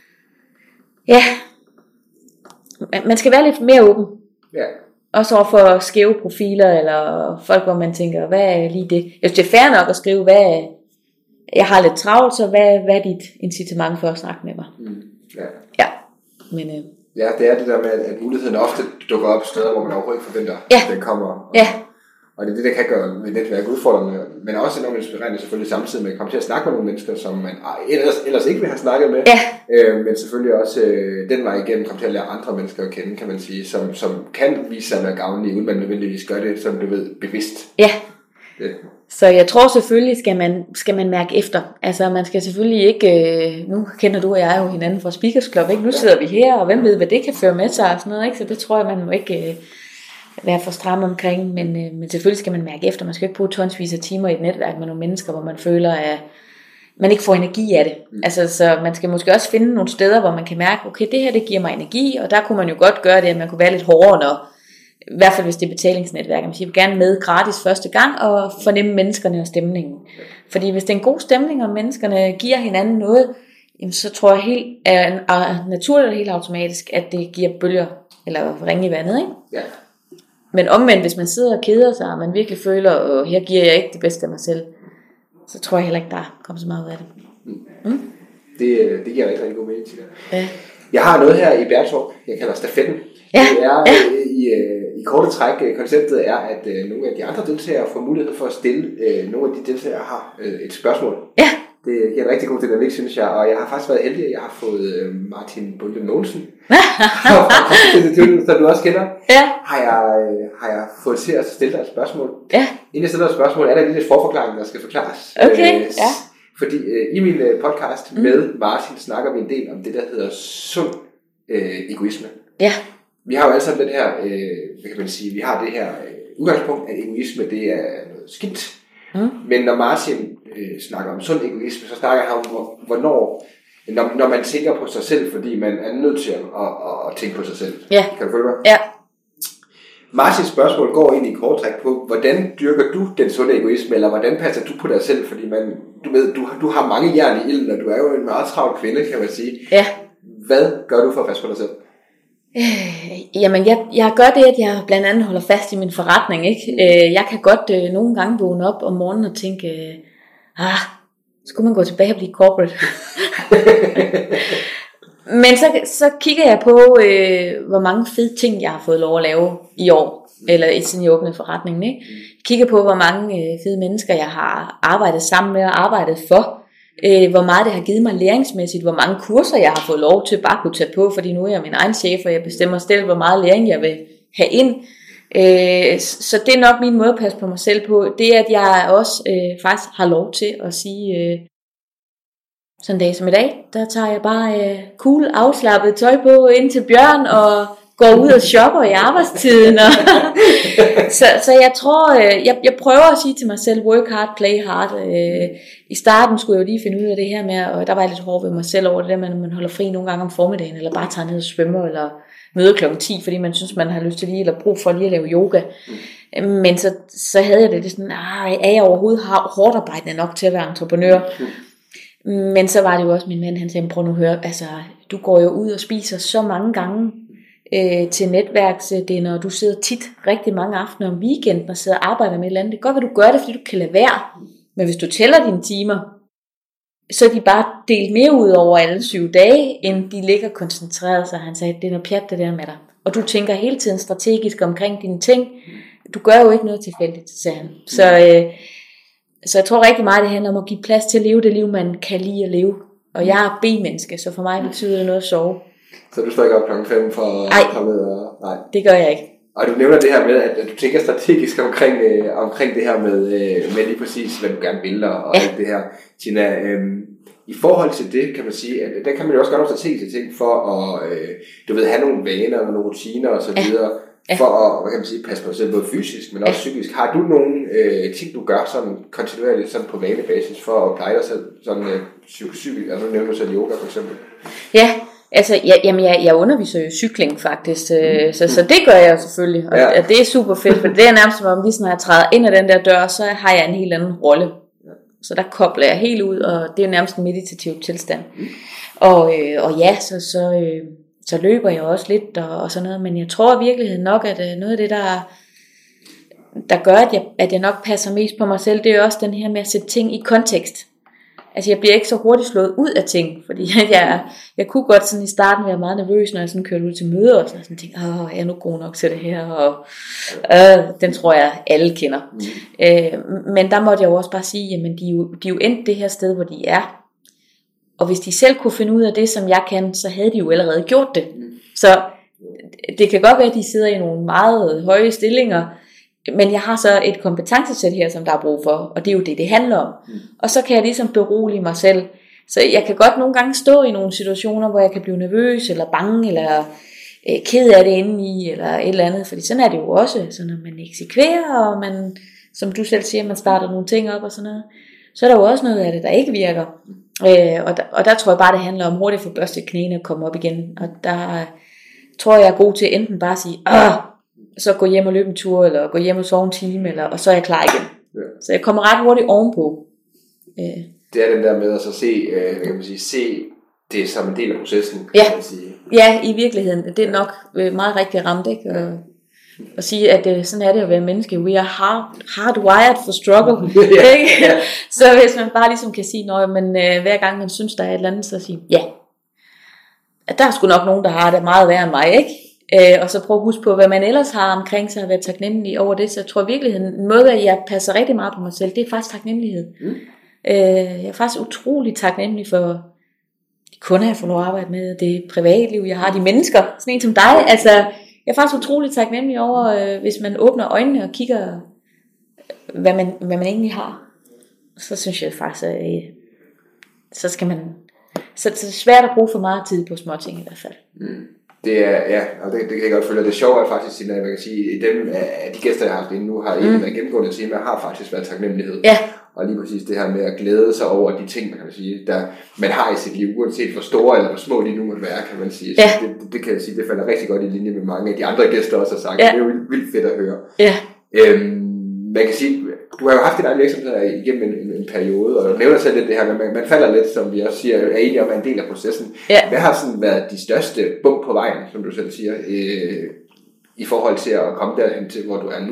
man skal være lidt mere åben. Ja. Også over for skæve profiler, eller folk, hvor man tænker, hvad er lige det? Jeg synes, det er fair nok at skrive, jeg har lidt travlt, så hvad er dit incitament for at snakke med mig? Ja. Men, ja, det er det der med, at muligheden ofte dukker op steder, hvor man overhovedet ikke forventer, at den kommer. Og det er det, der kan gøre med netværk udfordrende, men også enormt inspirerende selvfølgelig samtidig med at komme til at snakke med nogle mennesker, som man ellers ikke vil have snakket med, men selvfølgelig også den vej igennem komme til at lære andre mennesker at kende, kan man sige, som kan vise sig at være gavnlige, uden man nødvendigvis gør det, som du ved, bevidst. Ja. Så jeg tror selvfølgelig, skal man mærke efter. Altså man skal selvfølgelig ikke, nu kender du og jeg jo hinanden fra Speakers Club, ikke? Nu sidder vi her, og hvem ved, hvad det kan føre med sig og sådan noget, ikke? Så det tror jeg, man må ikke være for stram omkring, men selvfølgelig skal man mærke efter. Man skal ikke bruge tonsvis af timer i et netværk med nogle mennesker, hvor man føler, at man ikke får energi af det. Altså, så man skal måske også finde nogle steder, hvor man kan mærke, okay, det her, det giver mig energi, og der kunne man jo godt gøre det, at man kunne være lidt hårdere, når, i hvert fald hvis det er betalingsnetværk. Man siger, jeg vil gerne med gratis første gang, og fornemme menneskerne og stemningen. Fordi hvis det er en god stemning, og menneskerne giver hinanden noget, så tror jeg helt naturligt og helt automatisk, at det giver bølger, eller ringe i vandet, ikke? Ja. Men omvendt, hvis man sidder og keder sig, og man virkelig føler, at her giver jeg ikke det bedste af mig selv, så tror jeg heller ikke, der kommer så meget ud af det. Det giver rigtig, rigtig god mening til det. Ja. Jeg har noget her i Bærtalk, jeg kalder stafetten. Ja. Det er i korte træk, konceptet er, at nogle af de andre deltagere får mulighed for at stille nogle af de deltagere har et spørgsmål. Ja. Det giver en rigtig god dynamik, synes jeg, og jeg har faktisk været heldig, at jeg har fået Martin Bunde Mogensen, som du også kender, har jeg fået til at stille dig et spørgsmål. Ja. Inden jeg stiller et spørgsmål, er der lige lidt forforklaring, der skal forklares. Okay, Fordi i min podcast med Martin snakker vi en del om det, der hedder sund egoisme. Ja. Vi har jo alle sammen den her, hvad kan man sige, vi har det her udgangspunkt, at egoisme det er noget skidt. Men når Martin snakker om sund egoisme, så snakker han om, hvornår, når man tænker på sig selv, fordi man er nødt til at tænke på sig selv. Ja. Kan du følge mig? Ja. Martins spørgsmål går ind i kort træk på, hvordan dyrker du den sunde egoisme, eller hvordan passer du på dig selv, fordi du ved, du har mange jern i ilden, og du er jo en meget travl kvinde, kan man sige. Ja. Hvad gør du for at passe på dig selv? Jamen jeg gør det, at jeg blandt andet holder fast i min forretning, ikke? Jeg kan godt nogle gange vågne op om morgenen og tænke, skulle man gå tilbage og blive corporate? Men så kigger jeg på, hvor mange fede ting jeg har fået lov at lave i år, eller siden jeg åbnede forretningen, ikke? Kigger på, hvor mange fede mennesker jeg har arbejdet sammen med og arbejdet for. Hvor meget det har givet mig læringsmæssigt, hvor mange kurser jeg har fået lov til bare at kunne tage på, fordi nu er jeg min egen chef, og jeg bestemmer selv, hvor meget læring jeg vil have ind. Så det er nok min måde at passe på mig selv på. Det er, at jeg også faktisk har lov til at sige, sådan en dag som i dag, der tager jeg bare cool, afslappet tøj på ind til Bjørn, og går ud og shopper i arbejdstiden. Så jeg tror, jeg prøver at sige til mig selv, work hard, play hard. I starten skulle jeg jo lige finde ud af det her med, og der var jeg lidt hård ved mig selv over det der med, at man holder fri nogle gange om formiddagen, eller bare tager ned og svømmer, eller møder klokken 10, fordi man synes, man har lyst til lige, eller brug for lige at lave yoga. Men så havde jeg det sådan, er jeg overhovedet hårdt arbejdende nok til at være entreprenør? Men så var det jo også min mand, han sagde, prøv nu at høre, altså, du går jo ud og spiser så mange gange til netværksdinner, og du sidder tit rigtig mange aftener om weekenden og sidder og arbejder med et eller andet. Det kan godt være, du gør det, fordi du kan lade være. Men hvis du tæller dine timer, så er de bare delt mere ud over alle 7 dage, end de ligger koncentreret sig. Han sagde, det er noget pjat det der med dig. Og du tænker hele tiden strategisk omkring dine ting. Du gør jo ikke noget tilfældigt, sagde han. Så jeg tror rigtig meget, det handler om at give plads til at leve det liv, man kan lide at leve. Og jeg er B-menneske, så for mig betyder det noget at sove. Så du står ikke op klokken 5 for at komme ud og... Nej, det gør jeg ikke. Og du nævner det her med, at du tænker strategisk omkring det her med lige præcis, hvad du gerne vil, og alt det her. Tina, i forhold til det, kan man sige, at der kan man jo også gøre nogle strategiske ting for at, have nogle vaner og nogle rutiner og så videre. for at, hvad kan man sige, passe på sig selv, både fysisk, men også psykisk. Har du nogle ting, du gør sådan kontinuerligt sådan på vanlig basis for at pleje dig selv, sådan psykisk? Altså nu nævner du selv yoga for eksempel. Ja, altså jeg underviser jo cykling faktisk, så det gør jeg jo selvfølgelig, og det er super fedt, for det er nærmest som om lige sådan, når jeg træder ind ad den der dør, så har jeg en helt anden rolle. Så der kobler jeg helt ud, og det er nærmest en meditativ tilstand. Og ja, så løber jeg også lidt og sådan noget, men jeg tror i virkeligheden nok, at noget af det, der gør, at jeg nok passer mest på mig selv, det er også den her med at sætte ting i kontekst. Altså jeg bliver ikke så hurtigt slået ud af ting, fordi jeg kunne godt sådan i starten være meget nervøs, når jeg sådan kørte ud til møder, og sådan tænkte, jeg er nu god nok til det her, og den tror jeg alle kender. Men der måtte jeg jo også bare sige, jamen de er jo endt det her sted, hvor de er. Og hvis de selv kunne finde ud af det, som jeg kan, så havde de jo allerede gjort det. Så det kan godt være, at de sidder i nogle meget høje stillinger, men jeg har så et kompetencesæt her, som der er brug for, og det er jo det handler om. Og så kan jeg ligesom berolige mig selv. Så jeg kan godt nogle gange stå i nogle situationer, hvor jeg kan blive nervøs, eller bange, eller ked af det indeni, eller et eller andet. Fordi sådan er det jo også, så når man eksekverer, og man, som du selv siger, man starter nogle ting op og sådan noget, så er der jo også noget af det, der ikke virker. Og der tror jeg bare, det handler om hurtigt for børste knæene at komme op igen. Og der tror jeg er god til enten bare at sige, så gå hjem og løbe en tur, eller gå hjem og sove en time, og så er jeg klar igen. Ja. Så jeg kommer ret hurtigt ovenpå. Det er den der med at så se det som en del af processen, kan man sige. Ja, i virkeligheden. Det er nok meget rigtig ramt, ikke? Og sige, at sådan er det at være menneske. We are hardwired for struggle. Ikke? Så hvis man bare ligesom kan sige, men hver gang man synes, der er et eller andet, så sige, at der er sgu nok nogen, der har det meget værre end mig, ikke? Og så prøv at huske på, hvad man ellers har omkring sig, at være taknemmelig over det. Så jeg tror i virkeligheden, en måde, at jeg passer rigtig meget på mig selv, det er faktisk taknemmelighed. Jeg er faktisk utrolig taknemmelig for de kunder, jeg får lov at arbejde med, det privatliv, jeg har, de mennesker, sådan en som dig. Altså, jeg er faktisk utrolig taknemmelig over, hvis man åbner øjnene og kigger, hvad man egentlig har. Så synes jeg faktisk, at så skal man, så det er svært at bruge for meget tid på små ting i hvert fald. Det er, og det kan jeg godt følge. Det sjove er faktisk, at man kan sige, dem af de gæster, jeg har haft inde nu, har ikke været gennemgående tema, har faktisk været taknemmelighed. Ja. Og lige præcis det her med at glæde sig over de ting, man kan sige, der man har i sit liv, uanset hvor store eller hvor små de nu måtte være, kan man sige. Ja. Det kan jeg sige, det falder rigtig godt i linje med mange af de andre gæster også har sagt. Ja. Det er jo vildt fedt at høre. Ja. Man kan sige, du har jo haft din egen virksomhed igennem en periode, og du nævner selv lidt det her, men man falder lidt, som vi også siger, er enige om en del af processen. Ja. Hvad har sådan været de største bump på vejen, som du selv siger, i forhold til at komme derhen til, hvor du er nu?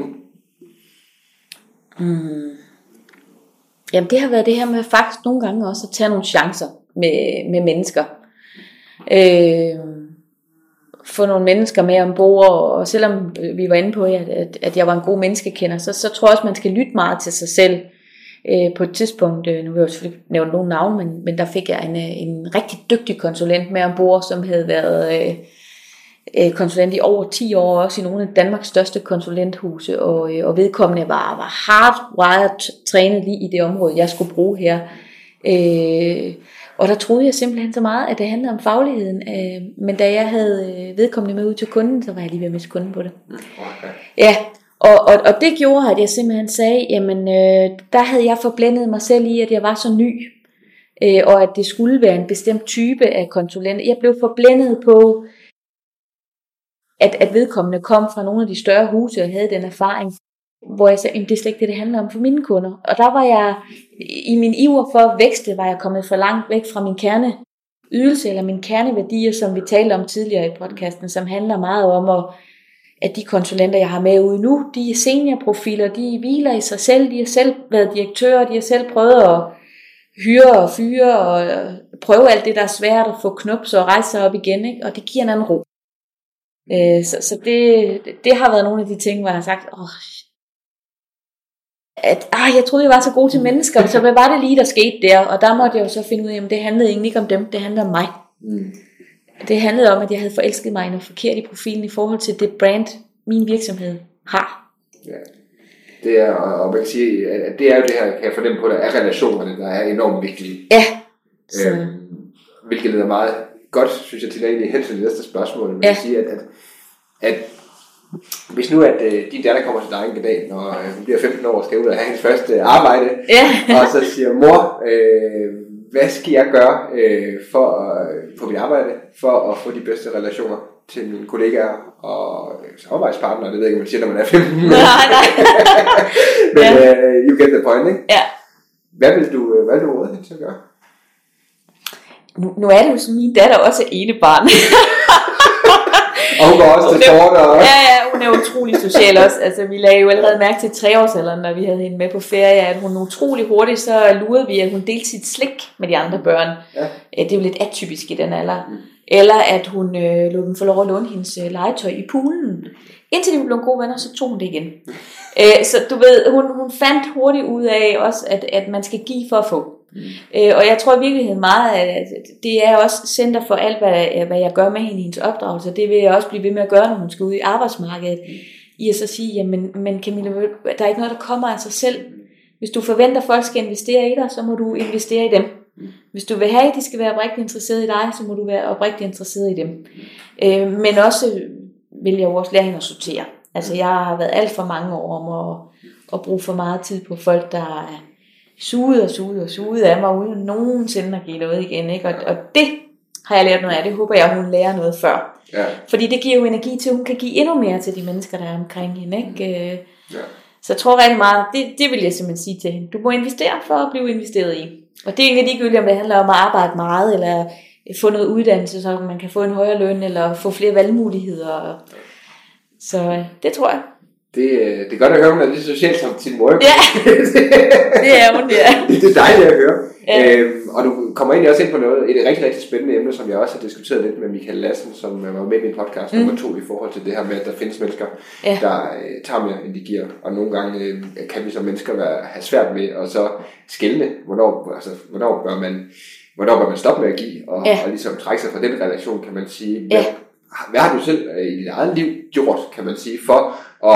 Jamen det har været det her med faktisk nogle gange også at tage nogle chancer med mennesker. Få nogle mennesker med ombord, og selvom vi var inde på, at jeg var en god menneskekender, så tror jeg også, man skal lytte meget til sig selv. På et tidspunkt, nu vil jeg selvfølgelig nævne nogle navne, men der fik jeg en rigtig dygtig konsulent med ombord, som havde været konsulent i over 10 år, også i nogle af Danmarks største konsulenthuse, og vedkommende var hardwired trænet lige i det område, jeg skulle bruge her. Og der troede jeg simpelthen så meget, at det handlede om fagligheden. Men da jeg havde vedkommende med ud til kunden, så var jeg lige ved at miste kunden på det. Okay. Ja, og det gjorde, at jeg simpelthen sagde, jamen der havde jeg forblændet mig selv i, at jeg var så ny. Og at det skulle være en bestemt type af konsulenter. Jeg blev forblændet på, at vedkommende kom fra nogle af de større huse og havde den erfaring. Hvor jeg sagde, det er slet ikke det handler om for mine kunder. Og der var jeg, i min iver for at vækste, var jeg kommet for langt væk fra min kerneydelse, eller mine kerneværdier, som vi talte om tidligere i podcasten, som handler meget om, at de konsulenter, jeg har med ude nu, de er seniorprofiler, de hviler i sig selv, de har selv været direktører, de har selv prøvet at hyre og fyre, og prøve alt det, der er svært at få knups og rejse sig op igen, ikke? Og det giver en anden ro. Så det har været nogle af de ting, hvor jeg har sagt, jeg troede, jeg var så god til mennesker, så hvad var det lige, der skete der? Og der måtte jeg jo så finde ud af, at det handlede egentlig ikke om dem, det handlede om mig. Det handlede om, at jeg havde forelsket mig i noget forkert i profilen i forhold til det brand, min virksomhed har. Ja. Det er, og man kan sige, at det er jo det her, kan jeg fornemme på, der er relationerne, der er enormt vigtige. Ja. Hvilket er meget godt, synes jeg, til at egentlig hen til det næste spørgsmål. Man kan sige, at Hvis nu, at din datter kommer til dig en dag, når hun bliver 15 år og skal ud og have hendes første arbejde, og så siger, mor, hvad skal jeg gøre på mit arbejde, for at få de bedste relationer til mine kollegaer og samarbejdspartnere? Det ved jeg ikke, man siger, når man er 15. Nej. Men you get the point, ikke? Ja. Hvad vil du råde hende til at gøre? Nu er det jo sådan, min datter også er enebarn. Og hun går også til sport og... Ja, hun er utrolig social også. Altså, vi lagde jo allerede mærke til 3-årsalderen, når vi havde hende med på ferie, at hun utrolig hurtigt, så lurede vi, at hun delte sit slik med de andre børn. Ja. Det er jo lidt atypisk i den alder. Eller at hun lod dem få lov at låne hendes legetøj i poolen. Indtil de blev gode venner, så tog hun det igen. Så du ved, hun fandt hurtigt ud af også, at man skal give for at få. Og jeg tror i virkeligheden meget, at det er også center for alt, hvad jeg gør med hende i hendes opdragelse. Det vil jeg også blive ved med at gøre, når hun skal ud i arbejdsmarkedet. I at så sige, jamen, men Camilla, der er ikke noget, der kommer af sig selv. Hvis du forventer, at folk skal investere i dig, så må du investere i dem. Hvis du vil have, at de skal være oprigtigt interesseret i dig, så må du være oprigtigt interesseret i dem. Men også vil jeg jo også lære hende at sortere. Altså jeg har været alt for mange år om at bruge for meget tid på folk, der er suget af mig, uden nogensinde at give noget igen. Ikke? Og det har jeg lært noget af. Det håber jeg, hun lærer noget før. Ja. Fordi det giver jo energi til, at hun kan give endnu mere til de mennesker, der er omkring hende. Ikke? Ja. Så jeg tror rigtig meget, det vil jeg simpelthen sige til hende. Du må investere for at blive investeret i. Og det er egentlig ligegyldigt, om det handler om at arbejde meget, eller få noget uddannelse, så man kan få en højere løn, eller få flere valgmuligheder. Så det tror jeg. Det er godt at høre, hun er lidt socialt som sin mor. Ja, det er hun, ja. Det er dejligt at høre. Ja. Og du kommer egentlig også ind på et rigtig, rigtig spændende emne, som jeg også har diskuteret lidt med Michael Lassen, som var med i min podcast nummer 2 i forhold til det her med, at der findes mennesker, der tager mere, end de giver. Og nogle gange kan vi som mennesker have svært med at så skelne, hvornår bør man stoppe med at give, og ligesom trække sig fra den relation, kan man sige. Hvad har du selv i dit eget liv gjort, kan man sige, for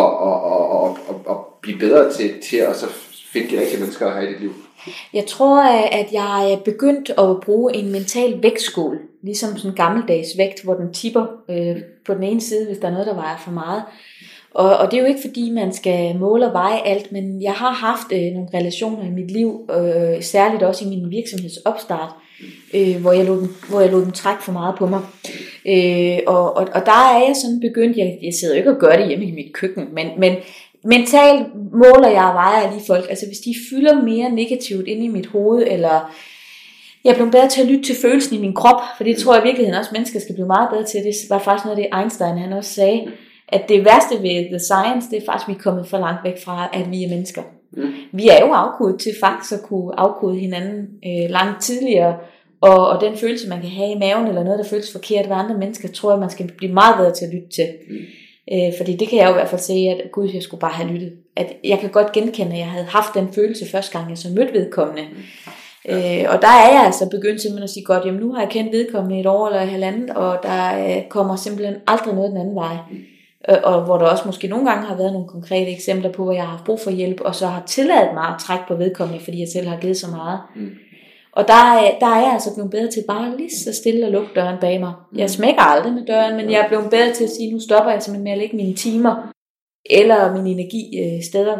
at blive bedre til at så finde de rigtige mennesker her i dit liv? Jeg tror, at jeg er begyndt at bruge en mental vægtskål, ligesom sådan en gammeldags vægt, hvor den tipper på den ene side, hvis der er noget, der vejer for meget. Og det er jo ikke fordi, man skal måle og veje alt, men jeg har haft nogle relationer i mit liv, særligt også i min virksomhedsopstart, hvor jeg lod dem trække for meget på mig. Og der er jeg sådan begyndt, jeg sidder jo ikke og gør det hjemme i mit køkken, men mentalt måler jeg og vejer lige folk. Altså hvis de fylder mere negativt inde i mit hoved, eller jeg er blevet bedre til at lytte til følelsen i min krop, for det tror jeg i virkeligheden også, mennesker skal blive meget bedre til. Det var faktisk noget af det Einstein han også sagde, at det værste ved the science, det er faktisk, at vi er kommet for langt væk fra, at vi er mennesker. Vi er jo afkodet til faktisk at kunne afkode hinanden langt tidligere, og den følelse, man kan have i maven, eller noget, der føles forkert ved andre mennesker, tror jeg, man skal blive meget bedre til at lytte til. Fordi det kan jeg jo i hvert fald sige, at gud, jeg skulle bare have lyttet. At jeg kan godt genkende, at jeg havde haft den følelse første gang, jeg så mødte vedkommende. Og der er jeg altså begyndt simpelthen at sige, godt, jamen nu har jeg kendt vedkommende et år eller halvandet, og der kommer simpelthen aldrig noget den anden vej. Og hvor der også måske nogle gange har været nogle konkrete eksempler på, hvor jeg har haft brug for hjælp, og så har tilladt mig at trække på vedkommende, fordi jeg selv har givet så meget. Og der er jeg altså blevet bedre til bare lige så stille og lukke døren bag mig. Jeg smækker aldrig med døren, men jeg er blevet bedre til at sige, nu stopper jeg simpelthen med at lægge mine timer, eller min energi steder,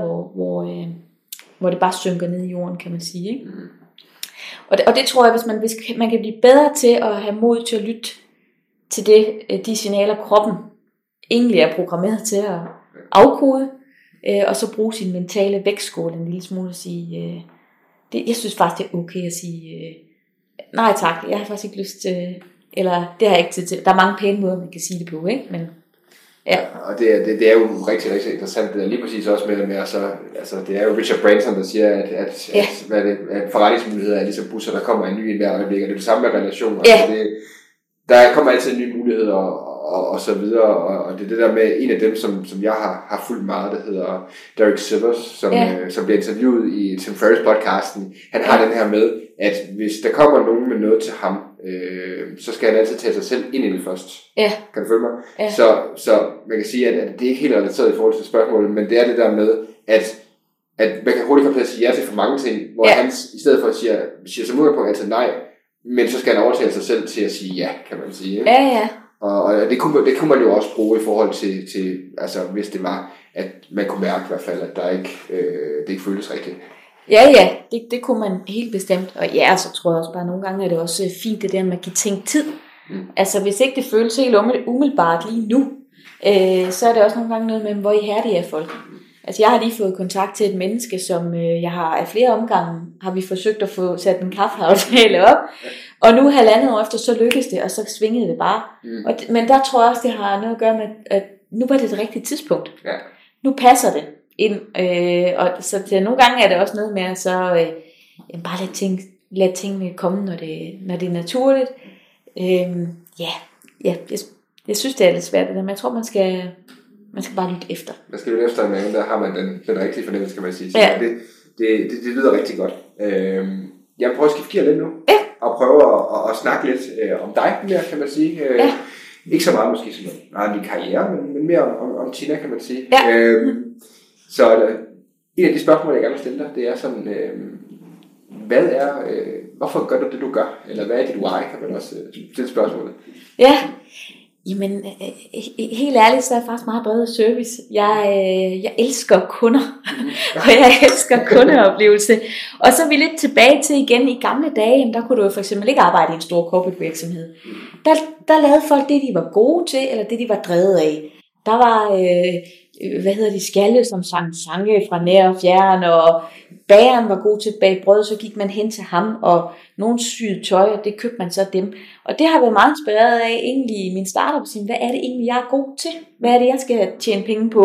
hvor det bare synker ned i jorden, kan man sige. Ikke? Og det tror jeg, hvis man kan blive bedre til at have mod til at lytte til de signaler, kroppen egentlig er programmeret til at afkode, og så bruge sin mentale vægtskål en lille smule og sige, jeg synes faktisk, det er okay at sige, nej tak, jeg har faktisk ikke lyst til, eller det har jeg ikke tid til. Der er mange pæne måder, man kan sige det på, ikke? Men, ja. Og det er jo rigtig, rigtig interessant, det er lige præcis også med det med, altså det er jo Richard Branson, der siger, at forretningsmuligheder er ligesom busser, der kommer en ny i hver øjeblik, og det er det samme med relationer. Ja. Altså der kommer altid nye muligheder og så videre, og det er det der med en af dem, som jeg har fulgt meget, der hedder Derek Sivers, som bliver interviewet i Tim Ferriss podcasten. Han har den her med, at hvis der kommer nogen med noget til ham, så skal han altid tage sig selv ind i det først. Ja. Kan du følge mig? Ja. Så man kan sige, at det er ikke helt relateret i forhold til spørgsmålet, men det er det der med, at man kan hurtigt komme til at sige ja til for mange ting, hvor han i stedet for siger som udgangspunkt altid nej, men så skal han overtale sig selv til at sige ja, kan man sige. Ikke? Ja. Og det kunne man jo også bruge i forhold til altså hvis det var, at man kunne mærke i hvert fald, at det ikke føltes rigtigt. Ja, det kunne man helt bestemt. Og ja, så tror jeg også bare, nogle gange er det også fint det der med at give ting tid. Altså hvis ikke det føles helt umiddelbart lige nu, så er det også nogle gange noget med, hvor ihærdige er folk. Altså jeg har lige fået kontakt til et menneske, som jeg har af flere omgange, har vi forsøgt at få sat en kaffeaftale op. Og nu 1,5 år efter, så lykkedes det, og så svingede det bare. Men der tror jeg også, det har noget at gøre med, at nu var det det rigtige tidspunkt. Ja. Nu passer det ind. Og så til nogle gange er det også noget med, at så bare lade tingene komme, når det er naturligt. Jeg synes, det er lidt svært, men jeg tror, man skal bare lytte efter. Man skal lytte efter, men der har man den rigtige fornemmelse, kan man sige. Så ja. Det lyder rigtig godt. Jeg prøver at skifte gear lidt nu. Ja. Og prøve at snakke lidt om dig mere, kan man sige. Ja. Ikke så meget måske som om din karriere, men mere om Tina, kan man sige. Ja. Så en af de spørgsmål, jeg gerne vil stille dig, det er sådan, hvorfor gør du det, du gør? Eller hvad er dit why, kan man også stille spørgsmålet. Ja, jamen helt ærligt, så er jeg faktisk meget drevet af service. Jeg elsker kunder, og jeg elsker kundeoplevelse. Og så er vi lidt tilbage til igen i gamle dage, der kunne du jo for eksempel ikke arbejde i en stor corporate virksomhed. Der lavede folk det, de var gode til, eller det, de var drevet af. Der var skalle, som sang sange fra nær og fjern, og bageren var god til at bage brød, så gik man hen til ham, og nogen syede tøj, og det købte man så dem. Og det har været meget inspireret af egentlig i min startup, hvad er det egentlig, jeg er god til? Hvad er det, jeg skal tjene penge på?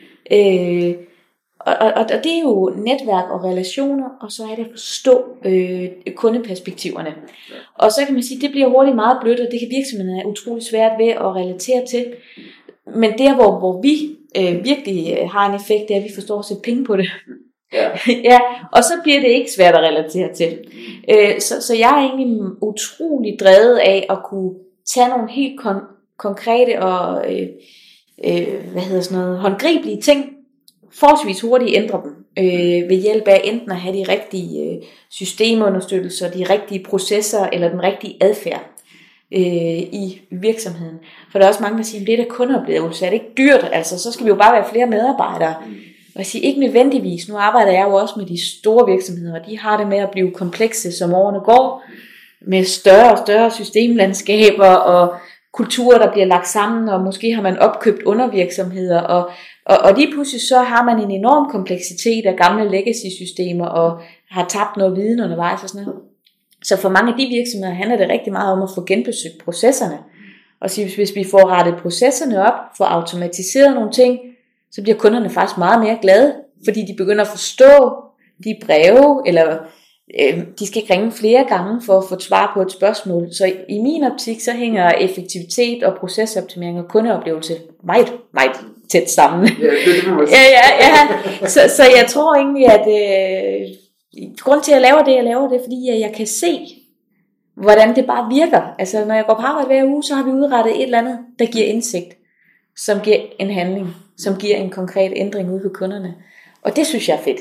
Og det er jo netværk og relationer, og så er det at forstå kundeperspektiverne. Og så kan man sige, at det bliver hurtigt meget blødt, og det kan virksomheden have utrolig svært ved at relatere til. Men der, hvor vi virkelig har en effekt, det er, at vi forstår at sætte penge på det. Ja. Ja, og så bliver det ikke svært at relatere til. Så jeg er egentlig utrolig drevet af at kunne tage nogle helt konkrete og håndgribelige ting, forholdsvis hurtigt ændre dem ved hjælp af enten at have de rigtige systemunderstøttelser, de rigtige processer eller den rigtige adfærd i virksomheden. For der er også mange, der siger, at det er da kundeoplevelse, er det ikke dyrt? Altså, så skal vi jo bare være flere medarbejdere. Og jeg siger ikke nødvendigvis. Nu arbejder jeg jo også med de store virksomheder, og de har det med at blive komplekse, som årene går, med større og større systemlandskaber og kulturer, der bliver lagt sammen, og måske har man opkøbt undervirksomheder, og lige pludselig så har man en enorm kompleksitet af gamle legacy-systemer, og har tabt noget viden undervejs og sådan noget. Så for mange af de virksomheder handler det rigtig meget om at få genbesøgt processerne. Og sige, hvis vi får rettet processerne op, får automatiseret nogle ting, så bliver kunderne faktisk meget mere glade, fordi de begynder at forstå de breve, eller de skal ikke ringe flere gange for at få et svar på et spørgsmål. Så i min optik, så hænger effektivitet og procesoptimering og kundeoplevelse meget, meget tæt sammen. Ja, det må man sige. Ja. Så jeg tror egentlig, at grund til at jeg laver det, fordi jeg kan se, hvordan det bare virker. Altså når jeg går på arbejde hver uge, så har vi udrettet et eller andet, der giver indsigt, som giver en handling, som giver en konkret ændring ude på kunderne. Og det synes jeg er fedt.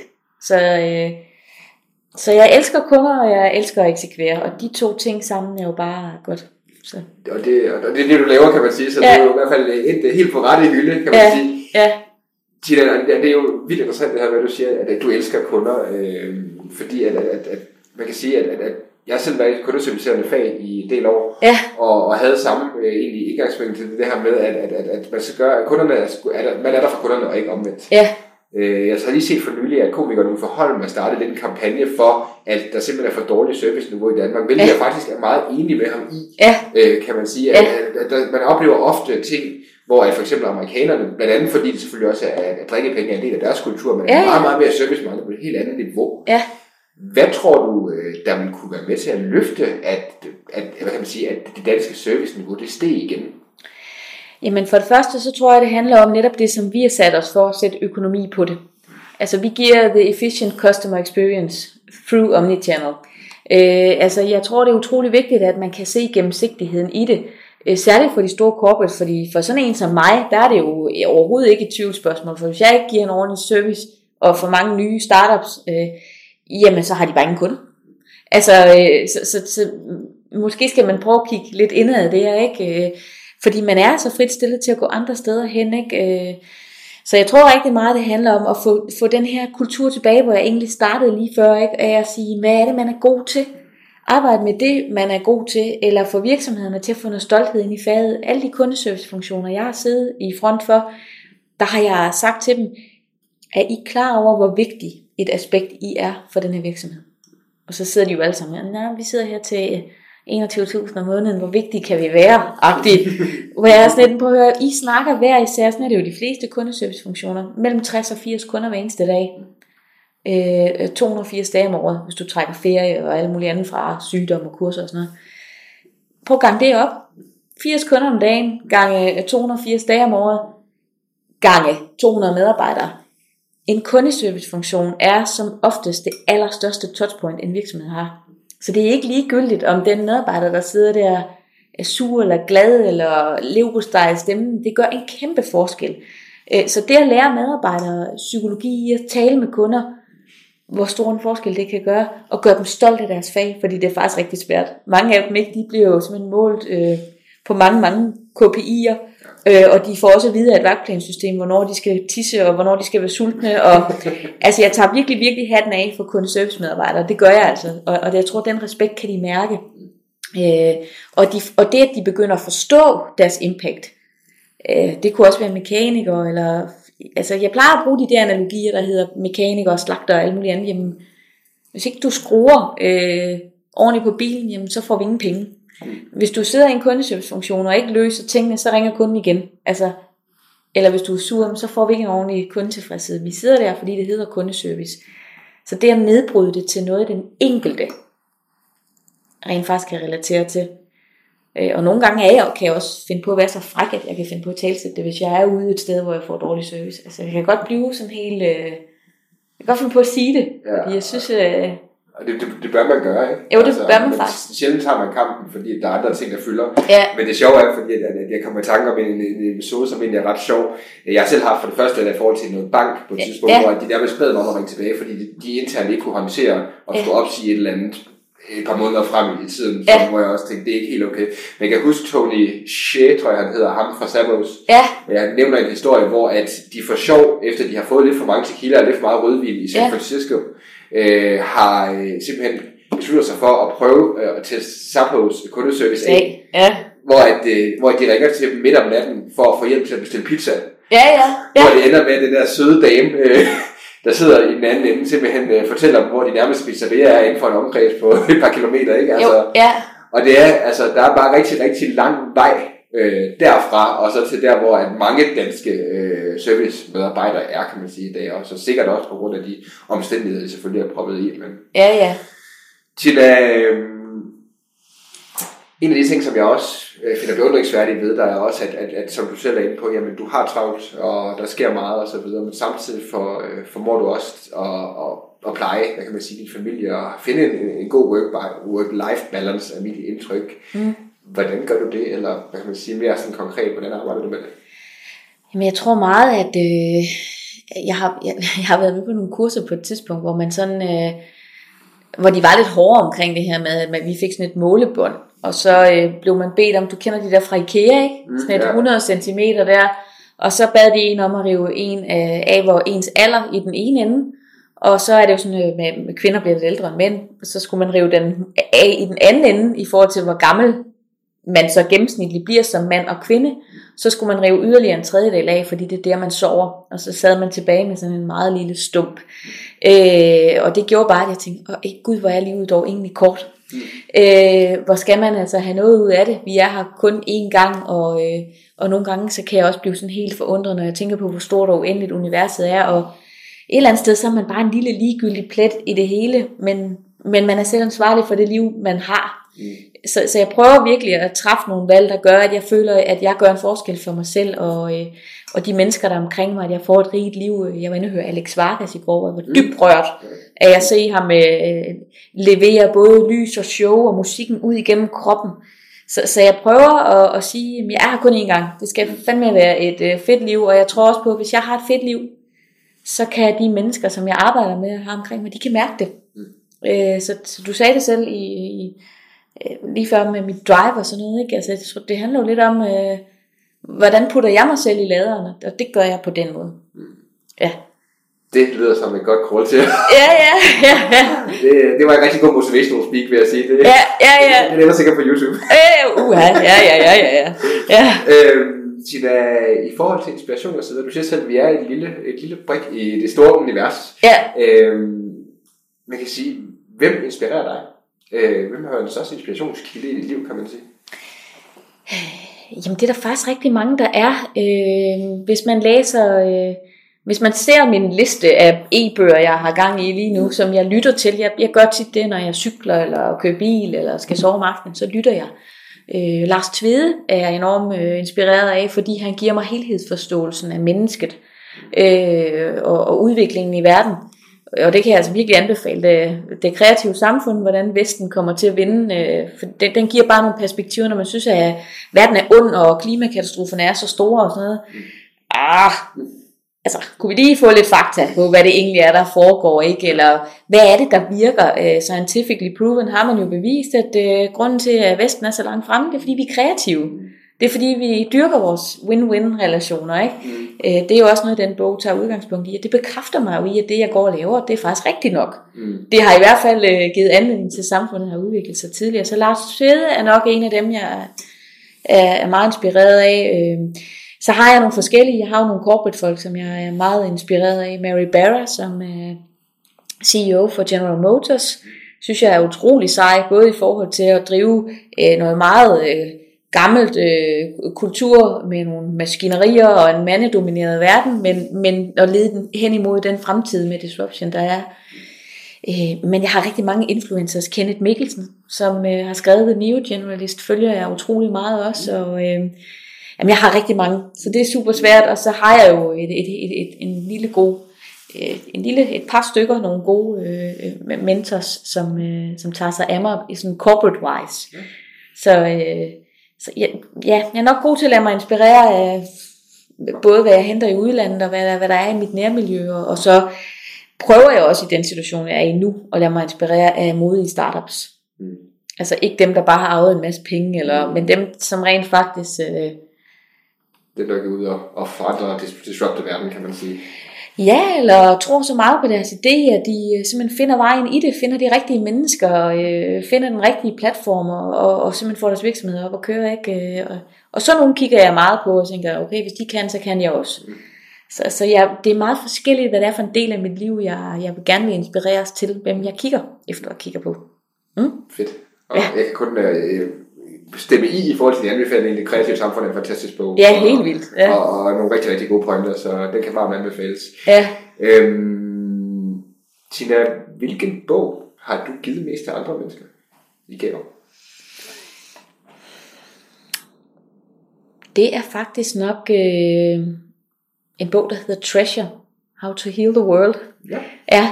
Så jeg elsker kunder, og jeg elsker at eksekvere, og de to ting sammen er jo bare godt. Så. Og det er det, du laver, kan man sige, så det er jo i hvert fald et helt på rette hylde, kan man sige. Ja. Tina, det er jo vildt interessant det her, hvad du siger, at du elsker kunder, fordi at man kan sige, at jeg har selv været i kundeservicerende fag i en del år, og havde samme egentlig indgangsvinkel til det her med, at man skal gøre, at kunderne man er der for kunderne og ikke omvendt. Ja. Jeg har lige set for nylig, at komikeren Uffe Holm har startet lidt en kampagne for, at der simpelthen er for dårligt serviceniveau i Danmark, hvilket jeg faktisk er meget enig med ham i, kan man sige. At man oplever ofte ting, hvor at for eksempel amerikanerne, blandt andet fordi det selvfølgelig også er, at drikkepenge er en del af deres kultur, men er meget, meget mere servicemangel på et helt andet niveau. Ja. Hvad tror du, der vil kunne være med til at løfte, at det danske serviceniveau, det steg igen? Jamen for det første, så tror jeg, det handler om netop det, som vi har sat os for at sætte økonomi på det. Altså vi giver the efficient customer experience through omnichannel. Jeg tror, det er utrolig vigtigt, at man kan se gennemsigtigheden i det. Særligt for de store corporates, fordi for sådan en som mig, der er det jo overhovedet ikke et tvivlsspørgsmål. For hvis jeg ikke giver en ordentlig service, og for mange nye startups, jamen så har de bare ingen kunde. Altså, så måske skal man prøve at kigge lidt indad af det her, ikke? Fordi man er så frit stillet til at gå andre steder hen, ikke? Så jeg tror rigtig meget, det handler om at få den her kultur tilbage, hvor jeg egentlig startede lige før, ikke? Af at sige, hvad er det, man er god til? Arbejde med det, man er god til, eller få virksomhederne til at få noget stolthed ind i faget. Alle de kundeservicefunktioner, jeg har siddet i front for, der har jeg sagt til dem, er I klar over, hvor vigtig et aspekt I er for den her virksomhed? Og så sidder de jo alle sammen her, nej, vi sidder her til 21.000 om måneden, hvor vigtige kan vi være? Agtigt. Hvor jeg er sådan lidt på at høre, I snakker hver især, sådan er det jo de fleste kundeservicefunktioner, mellem 60 og 80 kunder hver eneste dag. 280 dage om året, hvis du trækker ferie og alle mulige andre fra sygdom og kurser og sådan noget. Prøv at gange det op. 80 kunder om dagen, gange 280 dage om året, gange 200 medarbejdere. En kundeservicefunktion er som oftest det allerstørste touchpoint, en virksomhed har. Så det er ikke ligegyldigt, om den medarbejder, der sidder der, er sur eller glad eller leverpostej i stemmen. Det gør en kæmpe forskel. Så det at lære medarbejdere psykologi, at tale med kunder, hvor stor en forskel det kan gøre, og gøre dem stolte af deres fag, fordi det er faktisk rigtig svært. Mange af dem ikke, de bliver jo simpelthen målt på mange KPI'er, og de får også at vide af et vagtplansystem, hvornår de skal tisse, og hvornår de skal være sultne, og altså jeg tager virkelig hatten af for kundeservice-medarbejdere, det gør jeg altså, og jeg tror, den respekt kan de mærke, og det at de begynder at forstå deres impact, det kunne også være mekanikere, eller altså jeg plejer at bruge de der analogier, der hedder mekanikere, slagter og alt muligt andet. Jamen, hvis ikke du skruer ordentligt på bilen, jamen, så får vi ingen penge. Hvis du sidder i en kundeservicefunktion og ikke løser tingene, så ringer kunden igen. Altså, eller hvis du er sur, så får vi ikke en ordentlig kundetilfredshed. Vi sidder der, fordi det hedder kundeservice. Så det at nedbryde det til noget, den enkelte rent faktisk kan relatere til. Og nogle gange kan jeg også finde på at være så fræk, at jeg kan finde på at talsætte det, hvis jeg er ude et sted, hvor jeg får dårlig service. Altså jeg kan godt blive sådan helt... jeg kan godt finde på at sige det, fordi jeg synes... Og det bør man gøre, ikke? Jo, det bør man faktisk. Sjældent tager man kampen, fordi der er andre ting, der fylder. Ja. Men det sjove er, fordi at jeg kommer i tanke om en episode, som egentlig er ret sjov. Jeg har selv haft for det første, i forhold til noget bank på et tidspunkt, hvor de der beskrev mig om at ringe tilbage, fordi de internt ikke kunne håndtere og skulle opsige et eller andet et par måneder frem i tiden, hvor jeg også tænkte, det er ikke helt okay. Men jeg kan huske Tony Shea, tror jeg han hedder, ham fra Zappos. Ja. Jeg nævner en historie, hvor at de for sjov, efter de har fået lidt for mange tequila og lidt for meget rødvin i San Francisco, har simpelthen besluttet sig for at prøve at teste Zappos kundeservice af. Ja. Hvor de ringer til dem midt om natten for at få hjælp til at bestille pizza. Ja. Hvor det ender med, at den der søde dame... der sidder i den anden ende, simpelthen fortæller dem, hvor de nærmeste pizzerier er inden for en omkreds på et par kilometer, ikke? Altså, og det er, altså, der er bare rigtig lang vej derfra, og så til der, hvor at mange danske servicemedarbejdere er, kan man sige i dag, og så sikkert også på grund af de omstændigheder, de selvfølgelig er proppet i. Men Tina, en af de ting, som jeg også finder beundringsværdigt ved, der er også, at som du selv er inde på, jamen du har travlt, og der sker meget og så videre, men samtidig formår du også at pleje, hvad kan man sige, din familie, og finde en god work-life balance af mit indtryk. Hvordan gør du det, eller hvad kan man sige mere sådan konkret, hvordan arbejder du med det? Jamen jeg tror meget, at jeg har været med på nogle kurser på et tidspunkt, hvor man sådan, hvor de var lidt hårde omkring det her med, at vi fik sådan et målebånd, og så blev man bedt om, du kender de der fra IKEA, ikke? Sådan et 100 cm der, og så bad de en om at rive en af, hvor ens alder i den ene ende, og så er det jo sådan, med kvinder bliver lidt ældre end mænd, så skulle man rive den af i den anden ende, i forhold til hvor gammel man så gennemsnitligt bliver som mand og kvinde, så skulle man rive yderligere en tredjedel af, fordi det er der man sover, og så sad man tilbage med sådan en meget lille stump, og det gjorde bare, at jeg tænkte, gud hvor er livet dog egentlig kort, hvor skal man altså have noget ud af det, vi er her kun én gang, og nogle gange så kan jeg også blive sådan helt forundret, når jeg tænker på hvor stort og uendeligt universet er, og et eller andet sted så er man bare en lille ligegyldig plet i det hele, men man er selv ansvarlig for det liv man har. Så jeg prøver virkelig at træffe nogle valg, der gør, at jeg føler, at jeg gør en forskel for mig selv, og de mennesker, der er omkring mig, at jeg får et rigt liv. Jeg var inde og høre Alex Vargas i går, og jeg var dybt rørt af at se ham levere både lys og show og musikken ud igennem kroppen. Så jeg prøver at sige, at jeg er her kun én gang. Det skal fandme være et fedt liv, og jeg tror også på, at hvis jeg har et fedt liv, så kan de mennesker, som jeg arbejder med og har omkring mig, de kan mærke det. Så du sagde det selv lige før med mit drive og sådan noget, ikke? Altså, jeg tror, det handler jo lidt om, hvordan putter jeg mig selv i laderne, og det gør jeg på den måde. Ja. Det lyder som et godt kort til. Ja. Det var en rigtig god motivational speak, vil jeg sige. Det, ja. Det er sikkert på YouTube. Ja. Tina, i forhold til inspiration og så videre, du siger selv, at vi er et lille brik i det store univers. Ja. Man kan sige, hvem inspirerer dig? Hvem har den største inspirationskilde i dit liv, kan man sige? Jamen, det er der faktisk rigtig mange, der er. Hvis man læser... Hvis man ser min liste af e-bøger, jeg har gang i lige nu, som jeg lytter til, jeg gør tit det, når jeg cykler, eller kører bil, eller skal sove om aftenen, så lytter jeg. Lars Tvede er jeg enormt inspireret af, fordi han giver mig helhedsforståelsen af mennesket og udviklingen i verden. Og det kan jeg altså virkelig anbefale. Det kreative samfund, hvordan Vesten kommer til at vinde, for den giver bare nogle perspektiver, når man synes, at verden er ond, og klimakatastroferne er så store og sådan noget. Altså, kunne vi lige få lidt fakta på, hvad det egentlig er, der foregår, ikke? Eller hvad er det, der virker? Scientifically proven har man jo bevist, at grunden til, at Vesten er så langt fremme, det er, fordi vi er kreative. Det er, fordi vi dyrker vores win-win-relationer, ikke? Det er jo også noget, den bog tager udgangspunkt i, og det bekræfter mig jo i, at det, jeg går og laver, det er faktisk rigtigt nok. Det har i hvert fald givet anledning til, at samfundet har udviklet sig tidligere. Så Lars Tvede er nok en af dem, jeg er meget inspireret af. Så har jeg nogle forskellige, jeg har jo nogle corporate folk, som jeg er meget inspireret af. Mary Barra, som er CEO for General Motors, synes jeg er utrolig sej, både i forhold til at drive noget meget gammelt kultur med nogle maskinerier og en mandedomineret verden, men at lede den hen imod den fremtid med disruption, der er. Men jeg har rigtig mange influencers. Kenneth Mikkelsen, som har skrevet The Neo Generalist, følger jeg utrolig meget også, og jamen, jeg har rigtig mange, så det er super svært, og så har jeg jo et par stykker, nogle gode mentors, som tager sig af mig i sådan corporate wise. Så jeg er nok god til at lade mig inspirere af både hvad jeg henter i udlandet, og hvad der er i mit nærmiljø, og så prøver jeg også i den situation, jeg er i nu, at lade mig inspirere af modige startups. Altså ikke dem, der bare har arvet en masse penge, men dem, som rent faktisk... Det der går ud og forandrer og disrupte verden, kan man sige. Ja, eller tror så meget på deres idé, at de simpelthen finder vejen i det, finder de rigtige mennesker, finder den rigtige platform, og simpelthen får deres virksomhed op og køre, ikke? Og så nogle kigger jeg meget på og tænker, okay, hvis de kan, så kan jeg også. Så det er meget forskelligt, hvad det er for en del af mit liv, jeg vil gerne vil inspireres til, hvem jeg kigger efter at kigge på. Fedt. Og jeg kan kun... stemme i forhold til de anbefalinger. Det kreative samfund er en fantastisk bog. Ja, helt vildt. Ja. Og nogle rigtig, rigtig gode pointer, så den kan bare anbefales. Ja. Tina, hvilken bog har du givet mest til andre mennesker i gaver? Det er faktisk nok en bog, der hedder Treasure. How to Heal the World. Ja,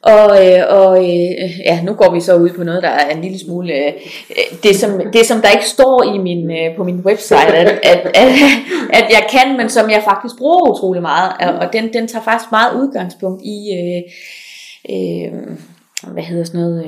og nu går vi så ud på noget, der er en lille smule det som der ikke står i på min website, at jeg kan, men som jeg faktisk bruger utrolig meget, og den tager faktisk meget udgangspunkt i hvad hedder sådan noget,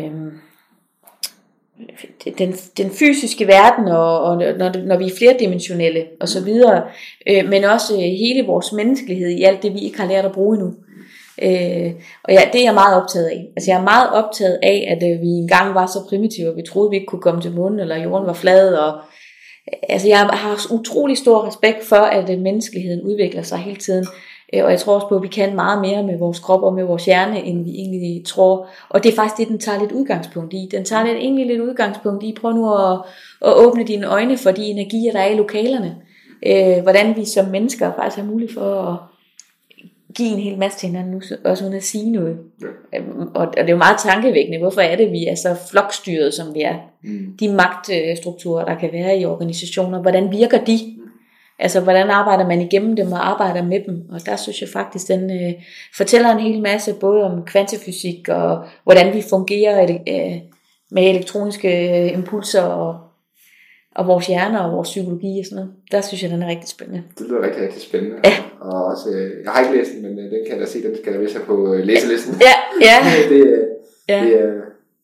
den fysiske verden, og når vi er flerdimensionelle og så videre, men også hele vores menneskelighed i alt det, vi ikke har lært at bruge endnu. Og det er jeg meget optaget af. Altså jeg er meget optaget af, at vi engang var så primitive, og vi troede, vi ikke kunne komme til månen, eller jorden var flad. Og altså jeg har utrolig stor respekt for, at menneskeligheden udvikler sig hele tiden. Og jeg tror også på, at vi kan meget mere med vores krop og med vores hjerne, end vi egentlig tror. Og det er faktisk det, den tager lidt udgangspunkt i. Den tager lidt udgangspunkt i. Prøv nu at åbne dine øjne for de energier, der er i lokalerne. Hvordan vi som mennesker faktisk har mulighed for at give en hel masse til hinanden nu, også uden at sige noget. Og det er jo meget tankevækkende. Hvorfor er det, vi er så flokstyret, som vi er? De magtstrukturer, der kan være i organisationer, hvordan virker de? Altså, hvordan arbejder man igennem dem og arbejder med dem? Og der synes jeg faktisk, den fortæller en hel masse, både om kvantefysik og hvordan vi fungerer med elektroniske impulser og vores hjerner og vores psykologi og sådan noget. Der synes jeg, den er rigtig spændende. Det lyder rigtig, rigtig spændende. Ja. Og også, jeg har ikke læst den, men den kan jeg da se, den skal jeg vise på læselisten. Ja. Det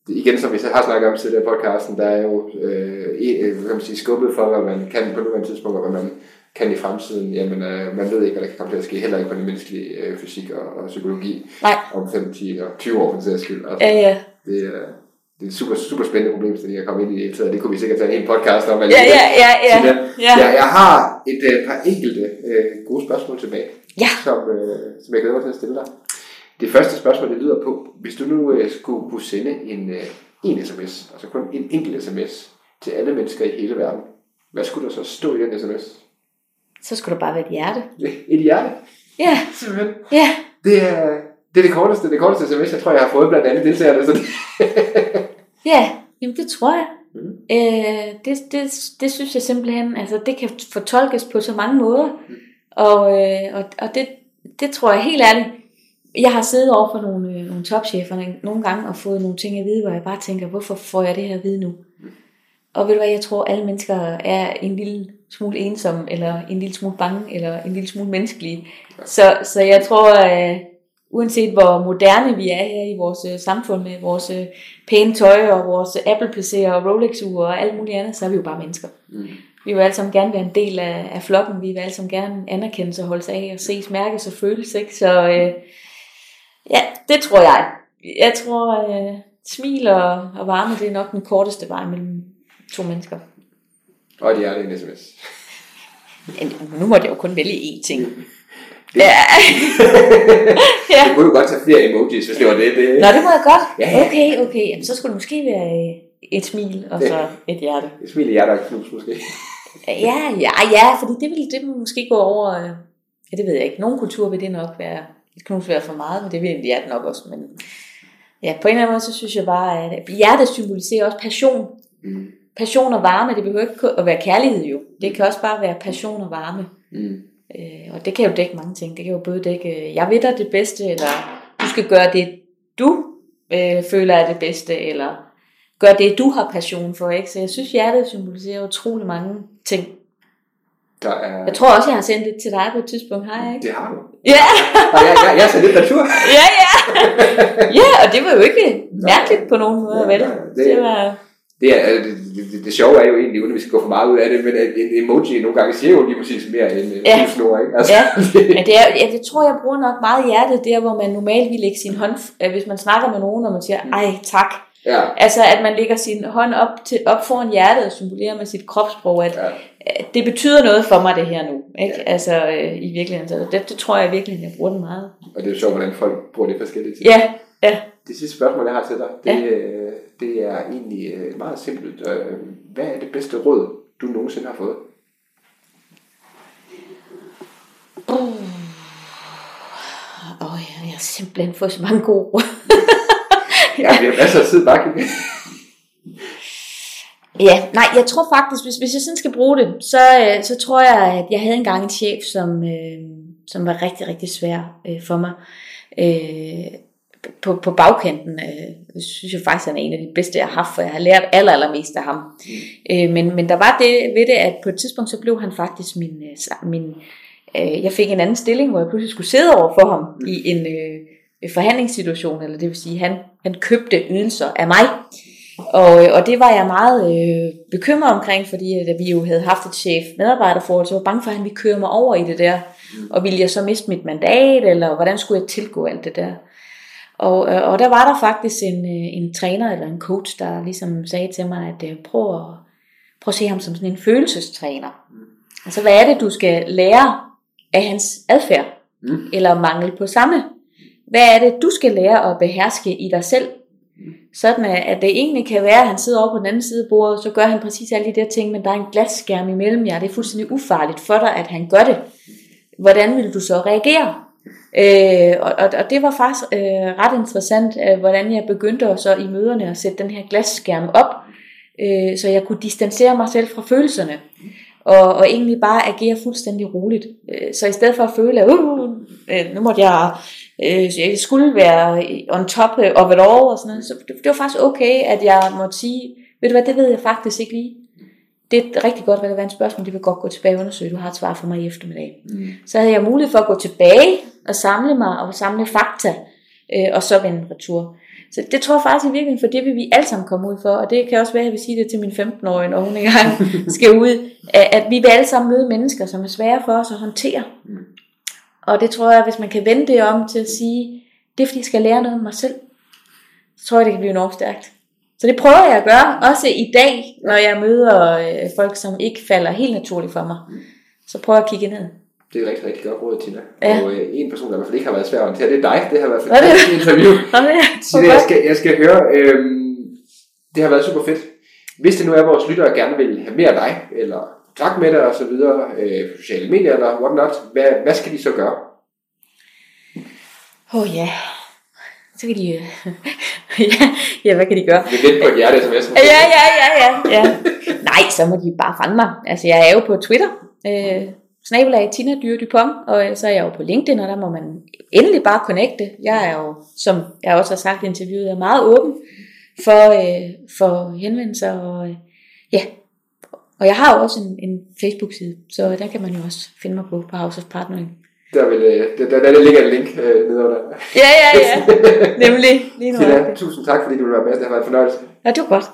igen, som vi har snakket om til podcasten, der er jo kan man sige, skubbet for, hvad man kan på nuværende tidspunkt, og hvad man kan i fremtiden. Jamen, man ved ikke, hvad der kan komme til at ske, heller ikke på den menneskelige fysik og psykologi. Nej. Om 5, 10 og 20 år, for den sags skyld. Altså, ja. Det er en super, super spændende problemstilling at komme ind i det hele. Det kunne vi sikkert tage en hel podcast om. Ja. Jeg har et par enkelte gode spørgsmål tilbage, som jeg glæder mig til at stille dig. Det første spørgsmål, det lyder på, hvis du nu skulle kunne sende en sms, altså kun en enkelt sms, til alle mennesker i hele verden, hvad skulle der så stå i den sms? Så skulle der bare være et hjerte. Et hjerte? Ja. Simpelthen. Ja. Det er det korteste sms, jeg tror, jeg har fået blandt andet deltagerne. Så Ja, jamen det tror jeg. Det synes jeg simpelthen, altså det kan fortolkes på så mange måder. Og det tror jeg helt ærligt. Jeg har siddet over for nogle topchefer nogle gange og fået nogle ting at vide, hvor jeg bare tænker, hvorfor får jeg det her at vide nu? Og ved du hvad, jeg tror alle mennesker er en lille smule ensomme, eller en lille smule bange, eller en lille smule menneskelige. Så jeg tror, uanset hvor moderne vi er her i vores samfund med vores pæne tøj og vores Apple-PC'er og Rolex-ure og alt muligt andet, så er vi jo bare mennesker. Vi vil alle sammen gerne være en del af flokken, vi vil alle sammen gerne anerkendes og holdes af og ses, mærkes og føles, ikke? Så ja, det tror jeg. Jeg tror, smil og varme, det er nok den korteste vej mellem to mennesker. Og det er en sms. Nu må det jo kun vælge én ting. Ja. Du kunne jo godt tage flere emojis, hvis det var det. Nå, det må jeg godt. Ja. Okay. Jamen, så skulle det måske være et smil og så et hjerte. Et smil i hjerte og et knus måske. Ja, fordi det vil måske gå over. Ja, det ved jeg ikke. Nogle kulturer vil det nok være et knus være for meget, men det vil et hjerte nok også. Men ja, på en eller anden måde, så synes jeg bare, at hjertet symboliserer også passion. Passion og varme, det behøver ikke at være kærlighed jo. Det kan også bare være passion og varme. Og det kan jo dække mange ting. Det kan jo både dække, jeg ved dig det bedste, eller du skal gøre det, du føler er det bedste, eller gør det, du har passion for. Ikke? Så jeg synes, hjertet symboliserer utrolig mange ting. Jeg tror også, jeg har sendt det til dig på et tidspunkt, har jeg ikke? Det har du. Ja. Jeg har sendt det retur. Ja. Ja, og det var jo ikke mærkeligt på nogen måde, vel? Det var... Det sjove er jo egentlig, uden at vi skal gå for meget ud af det, men en emoji nogle gange siger jo lige præcis mere end 1000 ord, ikke? Altså, men det tror jeg bruger nok meget hjertet, der hvor man normalt vil lægge sin hånd, hvis man snakker med nogen, og man siger, ej tak. Ja. Altså at man lægger sin hånd op foran hjertet og symbolerer med sit kropssprog, at det betyder noget for mig det her nu, ikke? Ja. Altså i virkeligheden, så det tror jeg virkelig, jeg bruger den meget. Og det er jo sjovt, hvordan folk bruger det forskellige ting. Ja. Det sidste spørgsmål, jeg har til dig, det er egentlig meget simpelt. Hvad er det bedste råd, du nogensinde har fået? Jeg har simpelthen fået så mange gode råd. Ja, vi har masser af tid bak. Ja, nej, jeg tror faktisk, hvis jeg sådan skal bruge det, så tror jeg, at jeg havde engang en chef, som var rigtig, rigtig svær for mig. På bagkanten, synes jeg faktisk, han er en af de bedste, jeg har haft, for jeg har lært allermest af ham. Men der var det ved det, at på et tidspunkt, så blev han faktisk jeg fik en anden stilling, hvor jeg pludselig skulle sidde over for ham i en forhandlingssituation, eller det vil sige, han købte ydelser af mig. Og det var jeg meget bekymret omkring, fordi at vi jo havde haft et chef-medarbejderforhold, så jeg var bange for, at han ville køre mig over i det der. Og ville jeg så miste mit mandat, eller hvordan skulle jeg tilgå alt det der? Og der var der faktisk en træner eller en coach, der ligesom sagde til mig, at prøv at se ham som sådan en følelsestræner. Altså hvad er det, du skal lære af hans adfærd? Eller mangel på samme? Hvad er det, du skal lære at beherske i dig selv? Sådan at det egentlig kan være, at han sidder over på den anden side af bordet, så gør han præcis alle de der ting, men der er en glasskærm imellem jer. Det er fuldstændig ufarligt for dig, at han gør det. Hvordan vil du så reagere? Og det var faktisk ret interessant, hvordan jeg begyndte så i møderne at sætte den her glasskærm op, så jeg kunne distancere mig selv fra følelserne, og egentlig bare agere fuldstændig roligt. Så i stedet for at føle, at nu måtte jeg skulle være on top of it all, og sådan noget, så det var faktisk okay, at jeg måtte sige, ved du hvad, det ved jeg faktisk ikke lige. Det er et rigtig godt relevant spørgsmål, det vil godt gå tilbage og undersøge, du har et svar for mig i eftermiddag. Så havde jeg mulighed for at gå tilbage og samle mig og samle fakta, og så vende retur. Så det tror jeg faktisk i virkeligheden, for det vil vi alle sammen komme ud for, og det kan også være, at jeg vil sige det til min 15-årige, når hun engang skal ud, at vi vil alle sammen møde mennesker, som er svære for os at håndtere. Og det tror jeg, hvis man kan vende det om til at sige, det er fordi jeg skal lære noget om mig selv, så tror jeg, det kan blive enormt stærkt. Så det prøver jeg at gøre, også i dag, når jeg møder folk, som ikke falder helt naturligt for mig. Så prøver jeg at kigge ned. Det er rigtig, rigtig godt råd, Tina. Ja. Og en person, der i hvert fald ikke har været svær at håndtere, det er dig. Det har været et interview. Tina, jeg skal høre, det har været super fedt. Hvis det nu er, vores lyttere gerne vil have mere af dig, eller kontakt med dig og så videre, på sociale medier eller whatnot, hvad skal de så gøre? Ja. Så kan de... ja, hvad kan de gøre? Det er lidt på et hjerte, sms. Ja. Nej, så må de bare fange mig. Altså, jeg er jo på Twitter. / Tina Dyre Dupont, og så er jeg jo på LinkedIn, og der må man endelig bare connecte. Jeg er jo, som jeg også har sagt i interviewet, er meget åben for henvendelser, og jeg har jo også en Facebook-side, så der kan man jo også finde mig på House of Partnering. Der ligger et link nedenunder. Ja. Nemlig. Lige nu. Tina, tusind tak, fordi du ville være med. Det har været en fornøjelse. Ja, det var godt.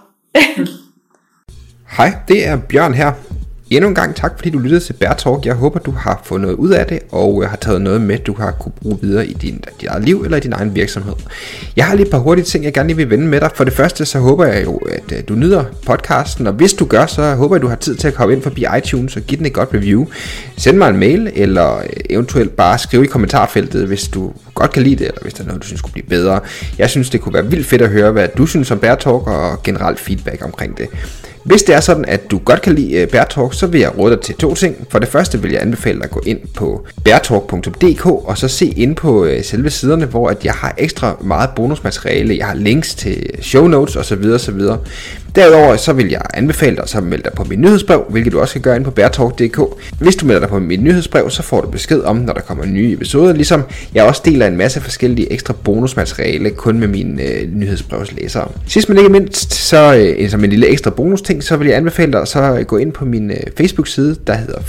Hej, det er Bjørn her. Endnu en gang tak, fordi du lyttede til Bear Talk. Jeg håber, du har fået noget ud af det, og har taget noget med, du har kunne bruge videre i dit eget liv eller i din egen virksomhed. Jeg har lige et par hurtige ting, jeg gerne lige vil vende med dig. For det første, så håber jeg jo, at du nyder podcasten, og hvis du gør, så håber jeg, du har tid til at komme ind forbi iTunes og give den et godt review. Send mig en mail, eller eventuelt bare skrive i kommentarfeltet, hvis du godt kan lide det, eller hvis der er noget, du synes kunne blive bedre. Jeg synes, det kunne være vildt fedt at høre, hvad du synes om Bear Talk, og generelt feedback omkring det. Hvis det er sådan, at du godt kan lide Bear Talk, så vil jeg råde dig til 2 ting. For det første vil jeg anbefale dig at gå ind på beartalk.dk og så se ind på selve siderne, hvor at jeg har ekstra meget bonusmateriale. Jeg har links til show notes osv. Derudover så vil jeg anbefale dig at melde dig på mit nyhedsbrev, hvilket du også kan gøre ind på beartalk.dk. Hvis du melder dig på mit nyhedsbrev, så får du besked om, når der kommer nye episoder, ligesom jeg også deler en masse forskellige ekstra bonusmateriale kun med mine nyhedsbrevslæsere. Sidst men ikke mindst, så som en lille ekstra bonus ting, så vil jeg anbefale dig at gå ind på min Facebook-side, der hedder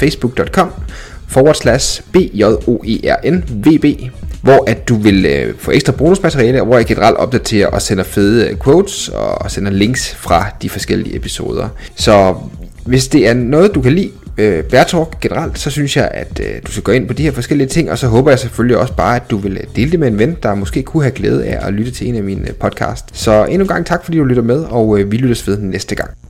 facebook.com/BJOERNVB, hvor at du vil få ekstra bonusmateriale, hvor jeg generelt opdaterer og sender fede quotes og sender links fra de forskellige episoder. Så hvis det er noget, du kan lide, Bear Talk generelt, så synes jeg, at du skal gå ind på de her forskellige ting, og så håber jeg selvfølgelig også bare, at du vil dele det med en ven, der måske kunne have glæde af at lytte til en af mine podcast. Så endnu en gang tak, fordi du lytter med, og vi lyttes ved næste gang.